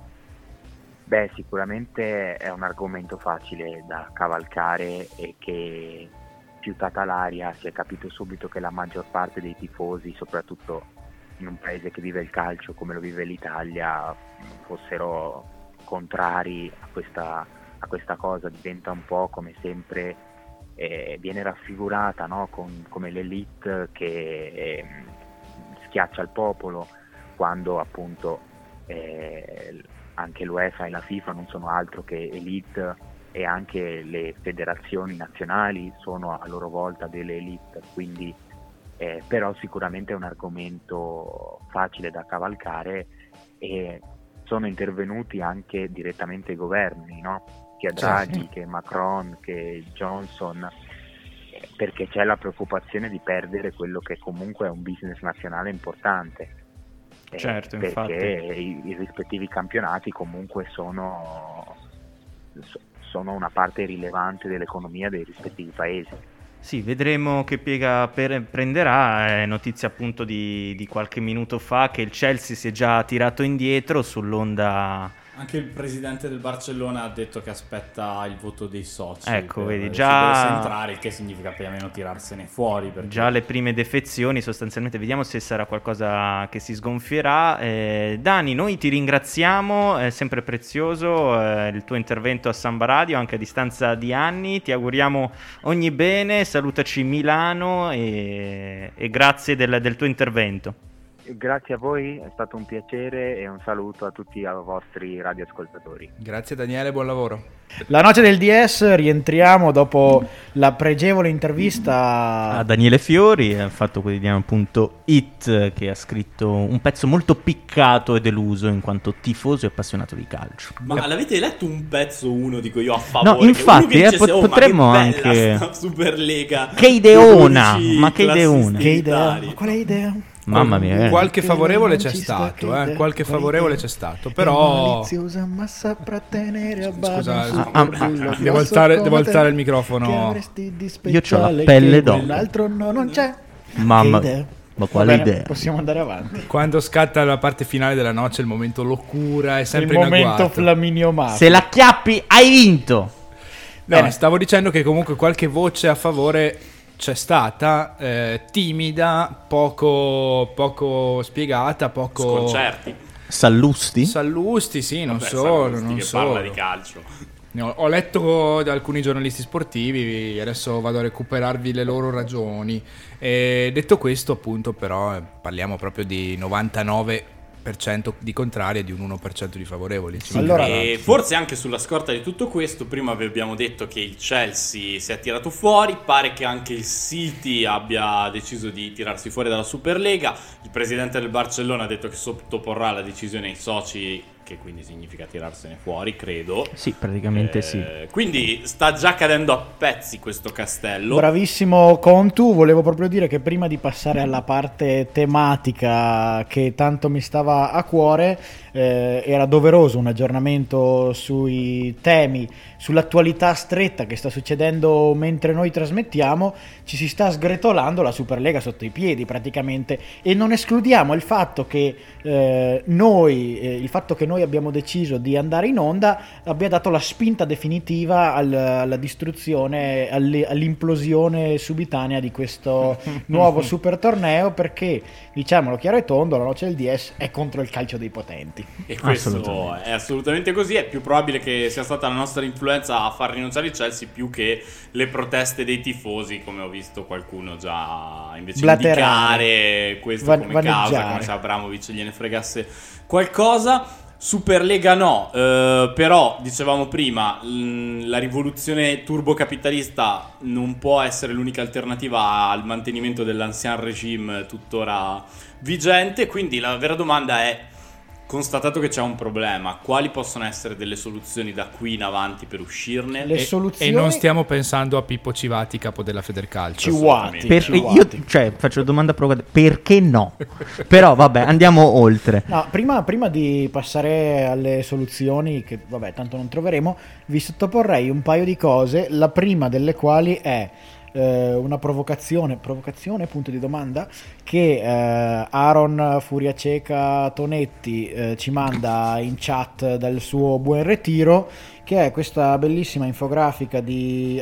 Beh, sicuramente è un argomento facile da cavalcare e che, fiutata l'aria, si è capito subito che la maggior parte dei tifosi, soprattutto in un paese che vive il calcio come lo vive l'Italia, fossero contrari a questa cosa. Diventa un po' come sempre viene raffigurata, no? Come l'elite che schiaccia il popolo, quando appunto anche l'UEFA e la FIFA non sono altro che elite, e anche le federazioni nazionali sono a loro volta delle elite, quindi però sicuramente è un argomento facile da cavalcare, e sono intervenuti anche direttamente i governi, no? Sia Draghi che Macron che Johnson, perché c'è la preoccupazione di perdere quello che comunque è un business nazionale importante. Certo, perché infatti i rispettivi campionati comunque sono una parte rilevante dell'economia dei rispettivi paesi. Sì, vedremo che piega prenderà. È notizia appunto di qualche minuto fa che il Chelsea si è già tirato indietro sull'onda. Anche il presidente del Barcellona ha detto che aspetta il voto dei soci. Ecco, per vedi, già entrare, il che significa più o meno tirarsene fuori. Perché... Già le prime defezioni, sostanzialmente. Vediamo se sarà qualcosa che si sgonfierà. Dani, noi ti ringraziamo, è sempre prezioso il tuo intervento a Samba Radio, anche a distanza di anni. Ti auguriamo ogni bene, salutaci Milano e grazie del tuo intervento. Grazie a voi, è stato un piacere, e un saluto a tutti i vostri radioascoltatori. Grazie Daniele, buon lavoro. La noce del DS, rientriamo dopo la pregevole intervista a Daniele Fiori, Fatto Quotidiano.it, che ha scritto un pezzo molto piccato e deluso in quanto tifoso e appassionato di calcio. Ma l'avete letto un pezzo, uno dico io a favore? No, infatti potremmo anche Superlega. Che ideona, ma che ideona. Che idea? Ma quale idea? Mamma mia, qualche favorevole c'è stato, qualche favorevole c'è stato, però ma saprà tenere a scusa, devo alzare il microfono. Io c'ho la pelle d'oca. L'altro no, non c'è. Mamma, ma quale idea? Possiamo andare avanti. Quando scatta la parte finale della noce, il momento locura è sempre in agguato. Il momento Flaminio Mafia. Se la chiappi hai vinto. No, stavo dicendo che comunque qualche voce a favore c'è stata, timida, poco spiegata, poco... Sconcerti. Sallusti, sì, non solo. Parla di calcio. Ho letto da alcuni giornalisti sportivi, adesso vado a recuperarvi le loro ragioni. E detto questo, appunto, però parliamo proprio di 99% di contrari e di un 1% di favorevoli. Sì, allora, e forse anche sulla scorta di tutto questo, prima vi abbiamo detto che il Chelsea si è tirato fuori, pare che anche il City abbia deciso di tirarsi fuori dalla Superlega, il presidente del Barcellona ha detto che sottoporrà la decisione ai soci, che quindi significa tirarsene fuori, credo. Sì, praticamente sì. Quindi sta già cadendo a pezzi questo castello. Bravissimo Contu, volevo proprio dire che prima di passare alla parte tematica che tanto mi stava a cuore, era doveroso un aggiornamento sui temi, sull'attualità stretta che sta succedendo mentre noi trasmettiamo. Ci si sta sgretolando la Superlega sotto i piedi praticamente, e non escludiamo il fatto che noi abbiamo deciso di andare in onda abbia dato la spinta definitiva alla distruzione, all'implosione subitanea di questo nuovo super torneo, perché, diciamolo chiaro e tondo, la noce del DS è contro il calcio dei potenti. E questo è assolutamente così. È più probabile che sia stata la nostra influenza a far rinunciare il Chelsea più che le proteste dei tifosi, come ho visto qualcuno già invece indicare questo come causa, come se Abramovic gliene fregasse qualcosa. Superlega no, però dicevamo prima, la rivoluzione turbocapitalista non può essere l'unica alternativa al mantenimento dell'ancien regime tuttora vigente, quindi la vera domanda è: constatato che c'è un problema, quali possono essere delle soluzioni da qui in avanti per uscirne? E non stiamo pensando a Pippo Civati, capo della Federcalcio. Io faccio la domanda provocante: perché no? Però vabbè, andiamo oltre. No, prima di passare alle soluzioni, che vabbè tanto non troveremo, vi sottoporrei un paio di cose, la prima delle quali è una provocazione punto di domanda, che Aaron Furiaceca Tonetti ci manda in chat dal suo buon ritiro, che è questa bellissima infografica di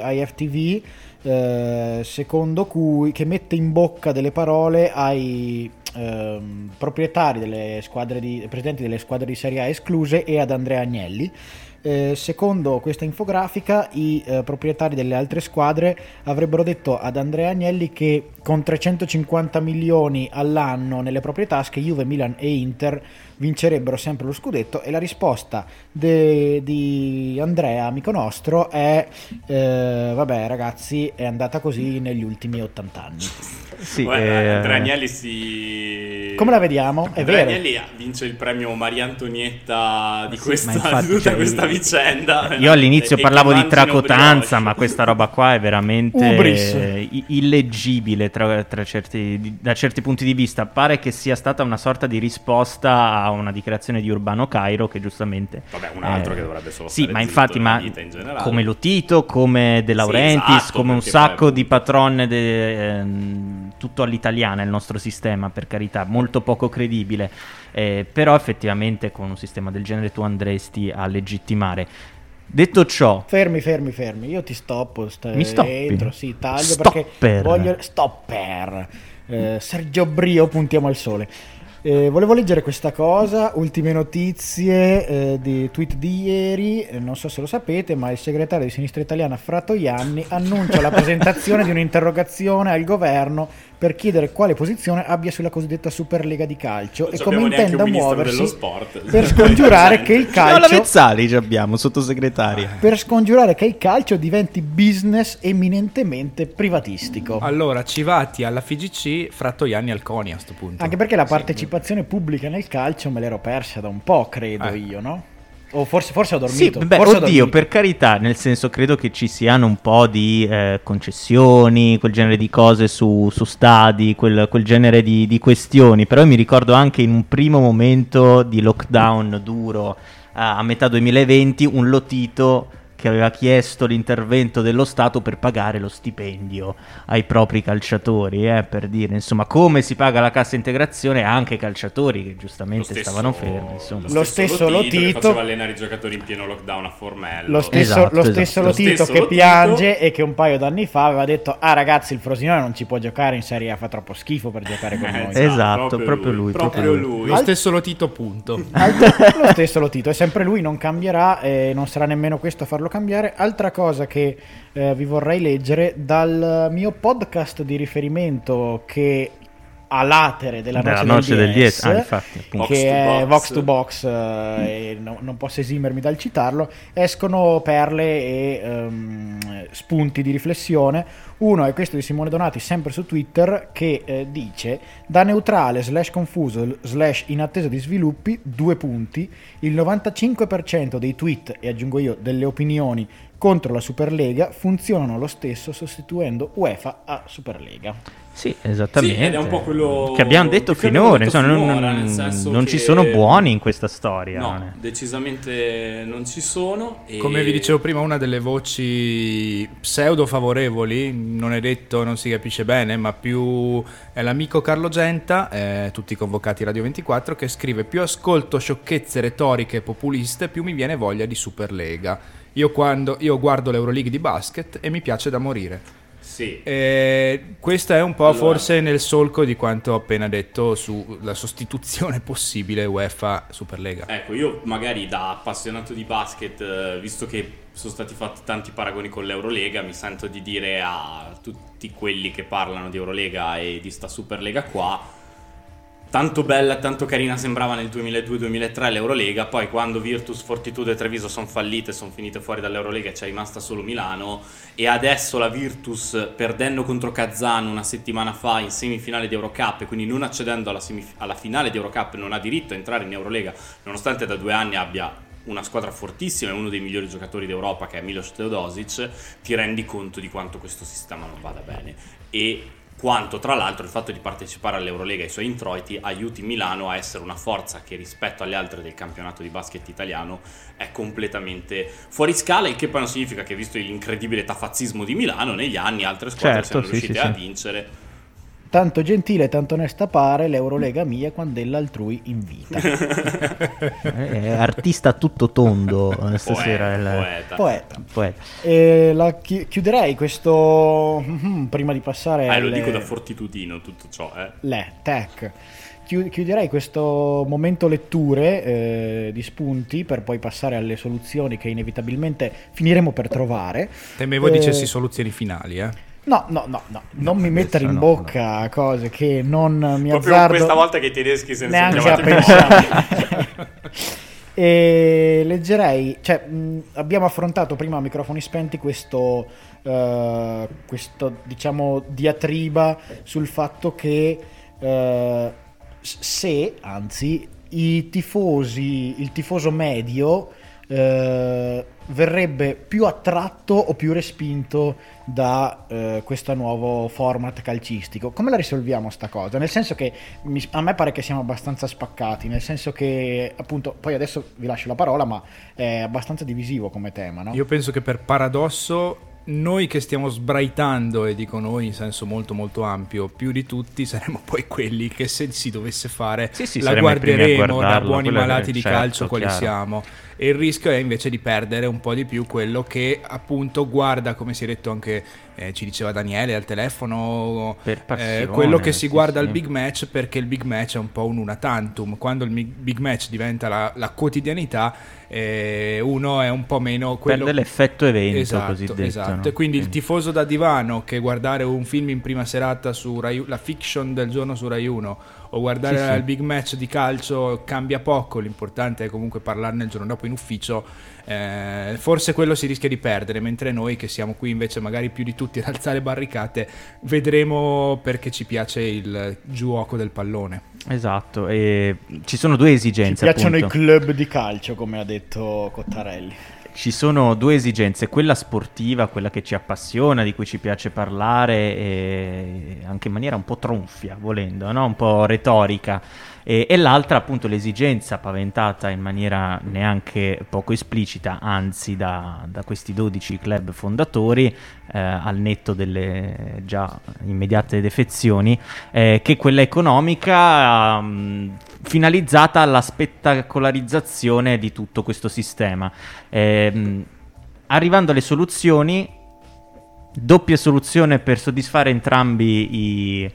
IFTV, secondo cui, che mette in bocca delle parole ai proprietari delle squadre presidenti delle squadre di Serie A escluse e ad Andrea Agnelli. Secondo questa infografica, i proprietari delle altre squadre avrebbero detto ad Andrea Agnelli che con 350 milioni all'anno nelle proprie tasche Juve, Milan e Inter vincerebbero sempre lo scudetto, e la risposta di Andrea, amico nostro, è vabbè ragazzi, è andata così negli ultimi 80 anni. Sì, Andrea Agnelli come la vediamo? È Andrea vero. Agnelli vince il premio Maria Antonietta di tutta questa vicenda. Io all'inizio parlavo di tracotanza, ma questa roba qua è veramente illeggibile da certi punti di vista. Pare che sia stata una sorta di risposta a una dichiarazione di Urbano Cairo, che giustamente un altro che dovrebbe solo sì, stare ma infatti, nella vita in generale. come Lotito, come De Laurentiis, esatto, come un sacco di patron tutto all'italiana il nostro sistema, per carità, molto poco credibile, però effettivamente con un sistema del genere tu andresti a legittimare. Detto ciò, fermi, io ti stoppo. Mi stoppi? Entro, sì, taglio Stopper. Perché voglio stopper. Sergio Brio, puntiamo al sole. Volevo leggere questa cosa, ultime notizie di tweet di ieri, non so se lo sapete, ma il segretario di Sinistra Italiana Fratoianni annuncia la presentazione di un'interrogazione al governo per chiedere quale posizione abbia sulla cosiddetta Superlega di calcio e come intenda muoversi per scongiurare che il calcio... la Vezzali abbiamo, sottosegretaria. Per scongiurare che il calcio diventi business eminentemente privatistico. Allora, Civati alla FIGC, Fratoianni al CONI a sto punto. Anche perché la partecipazione pubblica nel calcio me l'ero persa da un po', credo io, no? O forse ho dormito. Sì, oddio, per carità, nel senso, credo che ci siano un po' di concessioni, quel genere di cose su stadi, quel genere di questioni. Però mi ricordo anche in un primo momento di lockdown duro a metà 2020 un Lotito che aveva chiesto l'intervento dello Stato per pagare lo stipendio ai propri calciatori, per dire, insomma, come si paga la cassa integrazione anche ai calciatori che giustamente stavano fermi, insomma. Lo stesso Lotito che faceva allenare i giocatori in pieno lockdown a Formello. Lo stesso Lotito che piange e che un paio d'anni fa aveva detto: ah ragazzi, il Frosinone non ci può giocare in Serie A, fa troppo schifo per giocare con noi. Esatto, proprio lui. Lo stesso Lotito, punto. Lo stesso Lotito, è sempre lui, non cambierà e non sarà nemmeno questo a farlo cambiare. Altra cosa che vi vorrei leggere dal mio podcast di riferimento, che a latere della noce del DS, infatti, che è Vox to Box, e non posso esimermi dal citarlo. Escono perle e spunti di riflessione. Uno è questo di Simone Donati, sempre su Twitter, che dice: da neutrale / confuso / in attesa di sviluppi, 2 punti, il 95% dei tweet, e aggiungo io delle opinioni contro la Superlega funzionano lo stesso sostituendo UEFA a Superlega. Sì, esattamente. Sì, ed è un po' quello che abbiamo detto finora. Insomma, nel senso non che ci sono buoni in questa storia. No, decisamente non ci sono. E come vi dicevo prima, una delle voci pseudo favorevoli, non è detto, non si capisce bene, ma più è l'amico Carlo Genta, tutti convocati Radio 24, che scrive: più ascolto sciocchezze retoriche e populiste, più mi viene voglia di Superlega. Io guardo l'Euroleague di basket e mi piace da morire. Sì. Questo è un po' forse nel solco di quanto ho appena detto sulla sostituzione possibile UEFA Superlega. Ecco, io magari da appassionato di basket, visto che sono stati fatti tanti paragoni con l'Eurolega, mi sento di dire a tutti quelli che parlano di Eurolega e di sta Superlega qua: tanto bella, tanto carina sembrava nel 2002-2003 l'Eurolega, poi quando Virtus, Fortitudo e Treviso sono fallite, sono finite fuori dall'Eurolega e c'è rimasta solo Milano, e adesso la Virtus, perdendo contro Kazan una settimana fa in semifinale di Eurocup e quindi non accedendo alla finale di Eurocup, non ha diritto a entrare in Eurolega, nonostante da 2 anni abbia una squadra fortissima e uno dei migliori giocatori d'Europa, che è Milos Teodosic, ti rendi conto di quanto questo sistema non vada bene e quanto tra l'altro il fatto di partecipare all'Eurolega e i suoi introiti aiuti Milano a essere una forza che rispetto alle altre del campionato di basket italiano è completamente fuori scala, il che poi non significa che, visto l'incredibile tafazzismo di Milano negli anni, altre squadre siano riuscite a vincere. Tanto gentile, tanto onesta pare l'Eurolega mia quando è l'altrui in vita. È artista tutto tondo stasera. Poeta. Chiuderei questo prima di passare lo dico da fortitudino tutto ciò, chiuderei questo momento letture di spunti per poi passare alle soluzioni che inevitabilmente finiremo per trovare. Temevo dicessi soluzioni finali, No, non mi mettere in bocca cose che non mi proprio azzardo. Questa volta che i tedeschi se ne sono neanche a pensare. E leggerei, abbiamo affrontato prima a microfoni spenti questo diciamo diatriba sul fatto che il tifoso medio verrebbe più attratto o più respinto da questo nuovo format calcistico. Come la risolviamo sta cosa? Nel senso che a me pare che siamo abbastanza spaccati, nel senso che appunto, poi adesso vi lascio la parola, ma è abbastanza divisivo come tema, no? Io penso che per paradosso noi che stiamo sbraitando, e dico noi in senso molto molto ampio, più di tutti saremo poi quelli che, se si dovesse fare, la guarderemo da buoni malati di calcio quali siamo. E il rischio è invece di perdere un po' di più quello che appunto guarda, come si è detto anche, ci diceva Daniele al telefono, per passione, quello che si guarda al big match, perché il big match è un po' un una tantum. Quando il big match diventa la quotidianità, uno è un po' meno quello... perde l'effetto evento, cosiddetto, esatto. No? E quindi il tifoso da divano che guardare un film in prima serata su Rai, la fiction del giorno su Rai 1, o guardare il big match di calcio cambia poco, l'importante è comunque parlarne il giorno dopo in ufficio. Forse quello si rischia di perdere, mentre noi che siamo qui invece magari più di tutti ad alzare barricate vedremo, perché ci piace il gioco del pallone. Esatto, e ci sono due esigenze. Ci piacciono appunto i club di calcio, come ha detto Cottarelli. Ci sono due esigenze, quella sportiva, quella che ci appassiona, di cui ci piace parlare, e anche in maniera un po' tronfia, volendo, no? Un po' retorica, e l'altra appunto l'esigenza paventata in maniera neanche poco esplicita, anzi da questi 12 club fondatori, al netto delle già immediate defezioni, che è quella economica, finalizzata alla spettacolarizzazione di tutto questo sistema. Arrivando alle soluzioni, doppia soluzione per soddisfare entrambi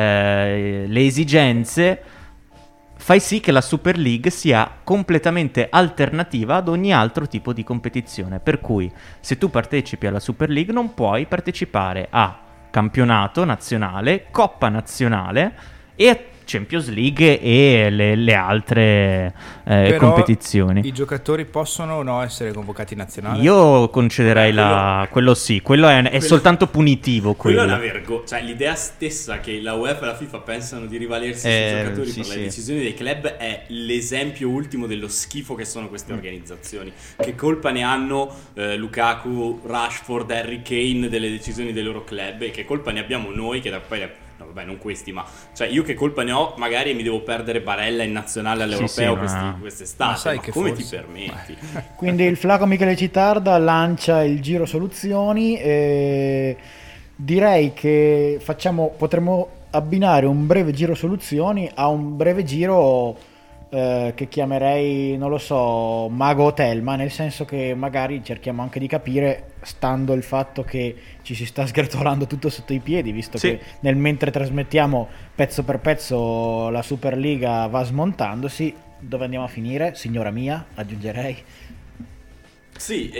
le esigenze: fai sì che la Super League sia completamente alternativa ad ogni altro tipo di competizione, per cui se tu partecipi alla Super League non puoi partecipare a campionato nazionale, Coppa nazionale e Champions League e le altre Però competizioni. I giocatori possono o no essere convocati in nazionale? Io concederei quello sì, quello è soltanto punitivo. Quello è una vergogna, cioè l'idea stessa che la UEFA e la FIFA pensano di rivalersi sui giocatori per le decisioni dei club è l'esempio ultimo dello schifo che sono queste organizzazioni. Che colpa ne hanno Lukaku, Rashford, Harry Kane delle decisioni dei loro club, e che colpa ne abbiamo noi che poi no, vabbè, non questi, ma cioè io che colpa ne ho? Magari mi devo perdere Barella in nazionale all'europeo quest'estate, ma sai ma che come forse ti permetti? Quindi il Flaco Michele Citarda lancia il giro soluzioni e direi che potremmo abbinare un breve giro soluzioni a un breve giro che chiamerei, non lo so, Mago Hotel, ma nel senso che magari cerchiamo anche di capire, stando il fatto che ci si sta sgretolando tutto sotto i piedi, visto che mentre trasmettiamo pezzo per pezzo la Superliga va smontandosi, dove andiamo a finire, signora mia, aggiungerei. Sì,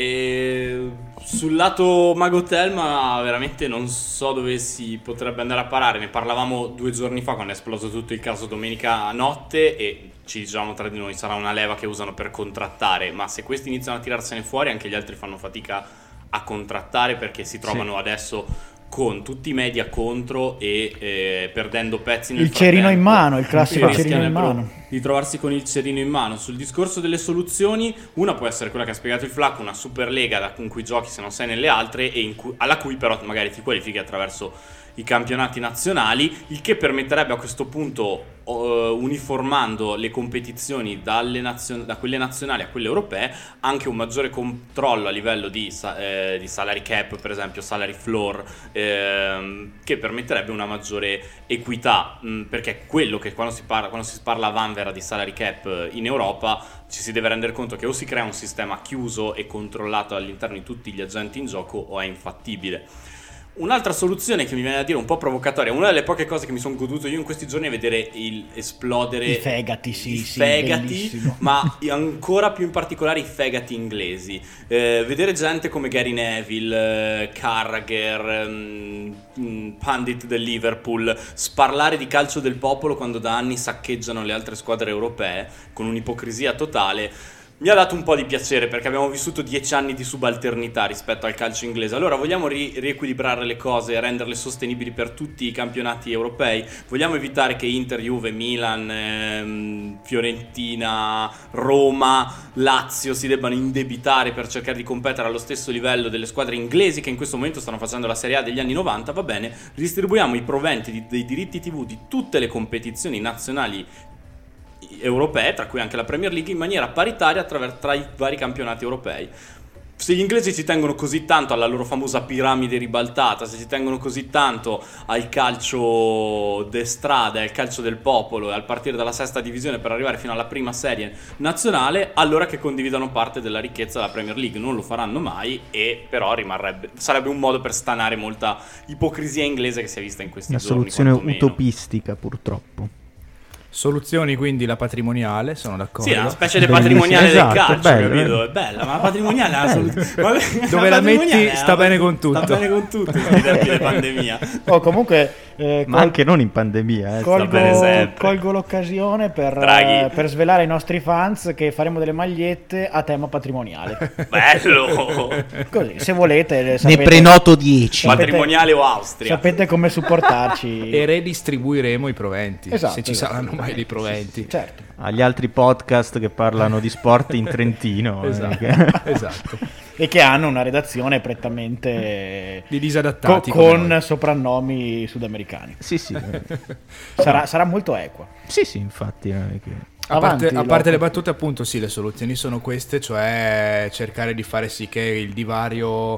sul lato Mago Telma veramente non so dove si potrebbe andare a parare. Ne parlavamo 2 giorni fa quando è esploso tutto il caso domenica notte e ci diciamo tra di noi sarà una leva che usano per contrattare, ma se questi iniziano a tirarsene fuori anche gli altri fanno fatica a contrattare perché si trovano adesso con tutti i media contro e perdendo pezzi nel frattempo. Cerino in mano, il classico cerino in mano. Di trovarsi con il cerino in mano. Sul discorso delle soluzioni, una può essere quella che ha spiegato il Flaco, una Superlega con cui giochi se non sei nelle altre e alla cui però magari ti qualifichi attraverso i campionati nazionali, il che permetterebbe a questo punto, uniformando le competizioni da quelle nazionali a quelle europee, anche un maggiore controllo a livello di salary cap, per esempio salary floor, che permetterebbe una maggiore equità, perché quello che quando si parla a vanvera di salary cap in Europa ci si deve rendere conto che o si crea un sistema chiuso e controllato all'interno di tutti gli agenti in gioco o è infattibile. Un'altra soluzione che mi viene da dire un po' provocatoria, una delle poche cose che mi sono goduto io in questi giorni è vedere esplodere i fegati, bellissimo. Ma ancora più in particolare i fegati inglesi. Vedere gente come Gary Neville, Carragher, Pundit del Liverpool sparlare di calcio del popolo quando da anni saccheggiano le altre squadre europee con un'ipocrisia totale. Mi ha dato un po' di piacere perché abbiamo vissuto 10 anni di subalternità rispetto al calcio inglese. Allora vogliamo riequilibrare le cose e renderle sostenibili per tutti i campionati europei? Vogliamo evitare che Inter, Juve, Milan, Fiorentina, Roma, Lazio si debbano indebitare per cercare di competere allo stesso livello delle squadre inglesi che in questo momento stanno facendo la Serie A degli anni 90? Va bene, distribuiamo i proventi dei diritti TV di tutte le competizioni nazionali europee, tra cui anche la Premier League, in maniera paritaria tra i vari campionati europei. Se gli inglesi ci tengono così tanto alla loro famosa piramide ribaltata, se ci tengono così tanto al calcio de strada, al calcio del popolo, al partire dalla 6ª divisione per arrivare fino alla prima serie nazionale, allora che condividano parte della ricchezza della Premier League. Non lo faranno mai, e però sarebbe un modo per stanare molta ipocrisia inglese che si è vista in questi giorni. Una soluzione utopistica, purtroppo. Soluzioni, quindi la patrimoniale, sono d'accordo. Sì, è una specie di patrimoniale del calcio, bello, capito? È bella, ma la patrimoniale è una soluzione. Dove la metti sta bene con tutto. Sta bene con tutto in tempi di pandemia. Comunque ma anche non in pandemia, colgo l'occasione per svelare ai nostri fans che faremo delle magliette a tema patrimoniale. Bello! Così, se volete, ne prenoto 10. Patrimoniale o Austria. Sapete come supportarci. E redistribuiremo i proventi, se ci saranno mai dei proventi. Certo. Agli altri podcast che parlano di sport in Trentino. Esatto. E che hanno una redazione prettamente di disadattati con soprannomi sudamericani. Sì. Sarà molto equa. Sì, infatti. A parte le battute, appunto, sì, le soluzioni sono queste, cioè cercare di fare sì che il divario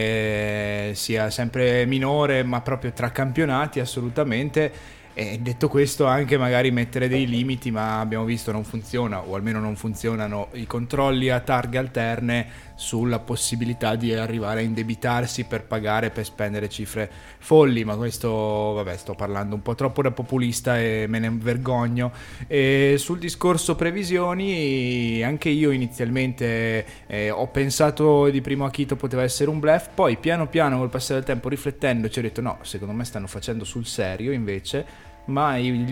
sia sempre minore, ma proprio tra campionati, assolutamente. E detto questo, anche magari mettere dei limiti, ma abbiamo visto non funziona, o almeno non funzionano i controlli a targhe alterne sulla possibilità di arrivare a indebitarsi per pagare, per spendere cifre folli. Ma questo, vabbè, sto parlando un po' troppo da populista e me ne vergogno. E sul discorso previsioni, anche io inizialmente ho pensato di primo acchito poteva essere un bluff, poi piano piano col passare del tempo riflettendo ci ho detto no, secondo me stanno facendo sul serio invece. ma le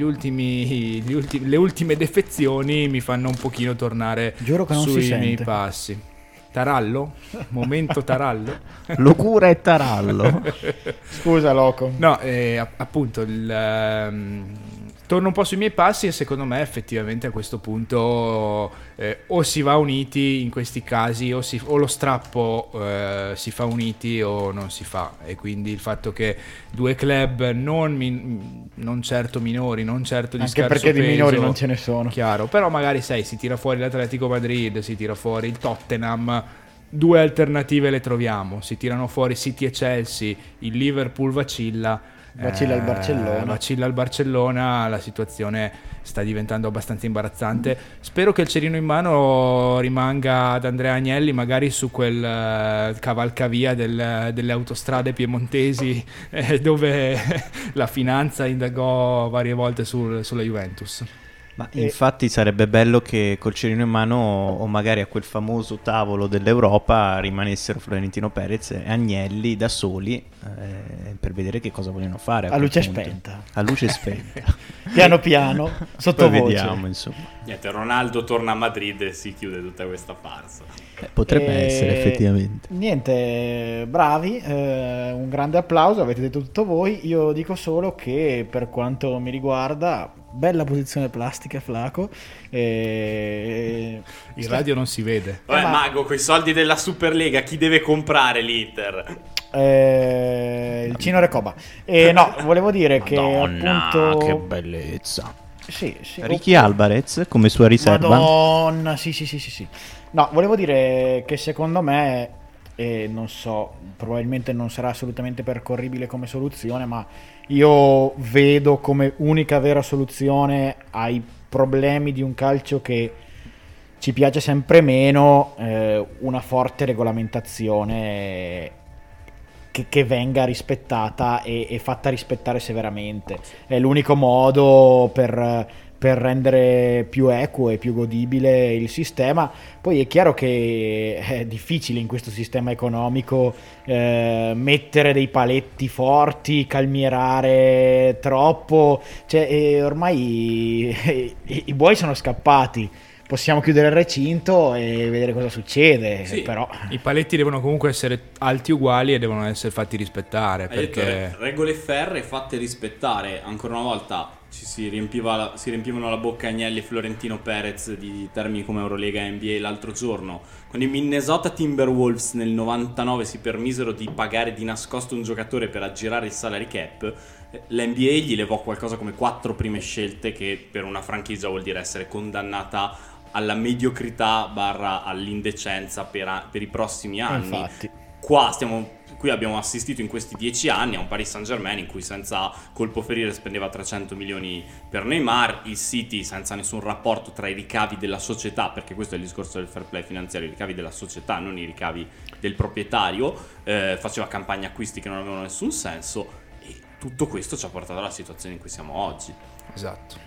ultime defezioni mi fanno un pochino tornare Giuro che non si sui sente. miei passi. Tarallo? Momento Tarallo? Locura e tarallo. Scusa, Loco. No, appunto, torno un po' sui miei passi e secondo me effettivamente a questo punto o si va uniti in questi casi o lo strappo si fa uniti o non si fa, e quindi il fatto che due club non certo minori, non certo di Anche scarso perché di peso, minori non ce ne sono. chiaro, però magari si tira fuori l'Atletico Madrid, si tira fuori il Tottenham, due alternative le troviamo, si tirano fuori City e Chelsea, il Liverpool vacilla al Barcellona. Vacilla al Barcellona, la situazione sta diventando abbastanza imbarazzante. Spero che il cerino in mano rimanga ad Andrea Agnelli, magari su quel cavalcavia delle autostrade piemontesi dove la finanza indagò varie volte sulla Juventus. Ma infatti sarebbe bello che col cerino in mano o magari a quel famoso tavolo dell'Europa rimanessero Florentino Perez e Agnelli da soli per vedere che cosa vogliono fare A luce punto. spenta. A luce spenta. Piano piano, sottovoce. Poi vediamo, insomma. Niente, Ronaldo torna a Madrid e si chiude tutta questa farsa. Potrebbe essere effettivamente. Niente, bravi, un grande applauso, avete detto tutto voi. Io dico solo che per quanto mi riguarda, bella posizione plastica, Flaco. In radio non si vede. Vabbè, Mago, quei soldi della Superlega, chi deve comprare l'Inter? Il Cino Recoba. No, volevo dire Madonna, che appunto... che bellezza. Sì. Ricky Alvarez come sua riserva. Madonna, sì. No, volevo dire che secondo me, non so, probabilmente non sarà assolutamente percorribile come soluzione, ma io vedo come unica vera soluzione ai problemi di un calcio che ci piace sempre meno una forte regolamentazione che venga rispettata e fatta rispettare severamente. È l'unico modo per rendere più equo e più godibile il sistema. Poi è chiaro che è difficile in questo sistema economico mettere dei paletti forti, calmierare troppo, cioè ormai i buoi sono scappati. Possiamo chiudere il recinto e vedere cosa succede, Sì. però I paletti devono comunque essere alti uguali e devono essere fatti rispettare, Hai detto, perché regole ferree fatte rispettare. Ancora una volta si riempivano la bocca Agnelli e Florentino Perez di termini come Eurolega e NBA l'altro giorno, quando i Minnesota Timberwolves nel 99 si permisero di pagare di nascosto un giocatore per aggirare il salary cap. L'NBA gli levò qualcosa come 4 prime scelte, che per una franchigia vuol dire essere condannata alla mediocrità / all'indecenza per i prossimi anni. infatti. Qui abbiamo assistito in questi 10 anni a un Paris Saint-Germain in cui senza colpo ferire spendeva 300 milioni per Neymar, il City senza nessun rapporto tra i ricavi della società, perché questo è il discorso del fair play finanziario, i ricavi della società, non i ricavi del proprietario, faceva campagne acquisti che non avevano nessun senso, e tutto questo ci ha portato alla situazione in cui siamo oggi. esatto.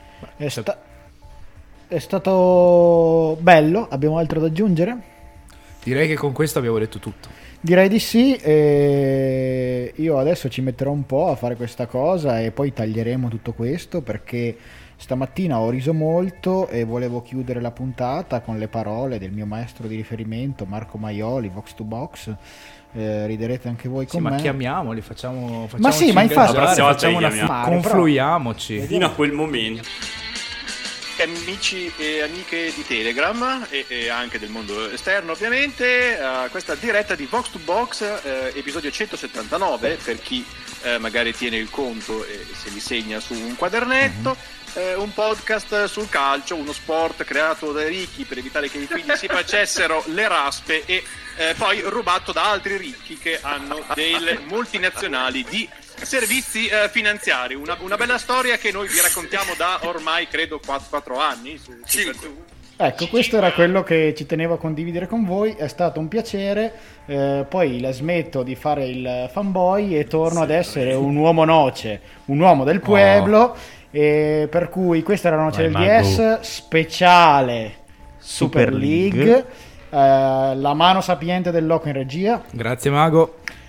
È stato bello. Abbiamo altro da aggiungere? Direi che con questo abbiamo detto tutto. Direi di sì. Io adesso ci metterò un po' a fare questa cosa e poi taglieremo tutto questo, perché stamattina ho riso molto e volevo chiudere la puntata con le parole del mio maestro di riferimento Marco Maioli, Vox to Box. Riderete anche voi con Sì, me. ma chiamiamoli, facciamo Ma sì, ma infatti- La prossima facciamo volta una li chiamiamo. confluiamoci. Fino a quel momento. Amici e amiche di Telegram e anche del mondo esterno, ovviamente, questa diretta di Vox to Box, episodio 179, per chi magari tiene il conto e se li segna su un quadernetto. Un podcast sul calcio, uno sport creato dai ricchi per evitare che i figli si facessero le raspe e poi rubato da altri ricchi che hanno delle multinazionali di servizi finanziari. Una bella storia che noi vi raccontiamo da ormai credo 4 anni. Ecco, questo era quello che ci tenevo a condividere con voi. È stato un piacere. Poi la smetto di fare il fanboy e torno ad essere un uomo noce, un uomo del pueblo. Per cui questa era la Noce del DS speciale Super League. La mano sapiente del Loco in regia. Grazie Mago.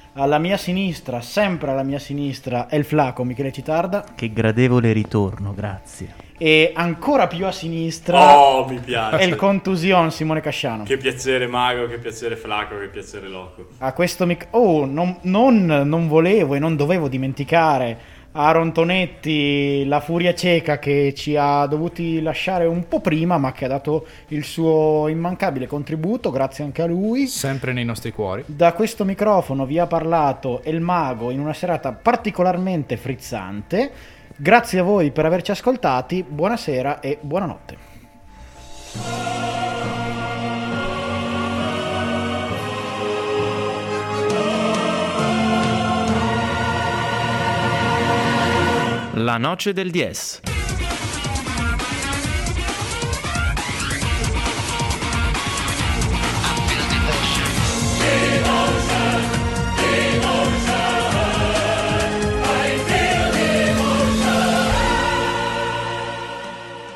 Alla mia sinistra, sempre alla mia sinistra, è il Flaco Michele Citarda. Che gradevole ritorno, grazie. E ancora più a sinistra mi piace. è il Contusion Simone Casciano. Che piacere Mago, che piacere Flaco, che piacere Loco. A questo non volevo e non dovevo dimenticare Aaron Tonetti, la furia cieca, che ci ha dovuti lasciare un po' prima, ma che ha dato il suo immancabile contributo, grazie anche a lui. Sempre nei nostri cuori. Da questo microfono vi ha parlato El Mago in una serata particolarmente frizzante. Grazie a voi per averci ascoltati, buonasera e buonanotte. La noce del 10.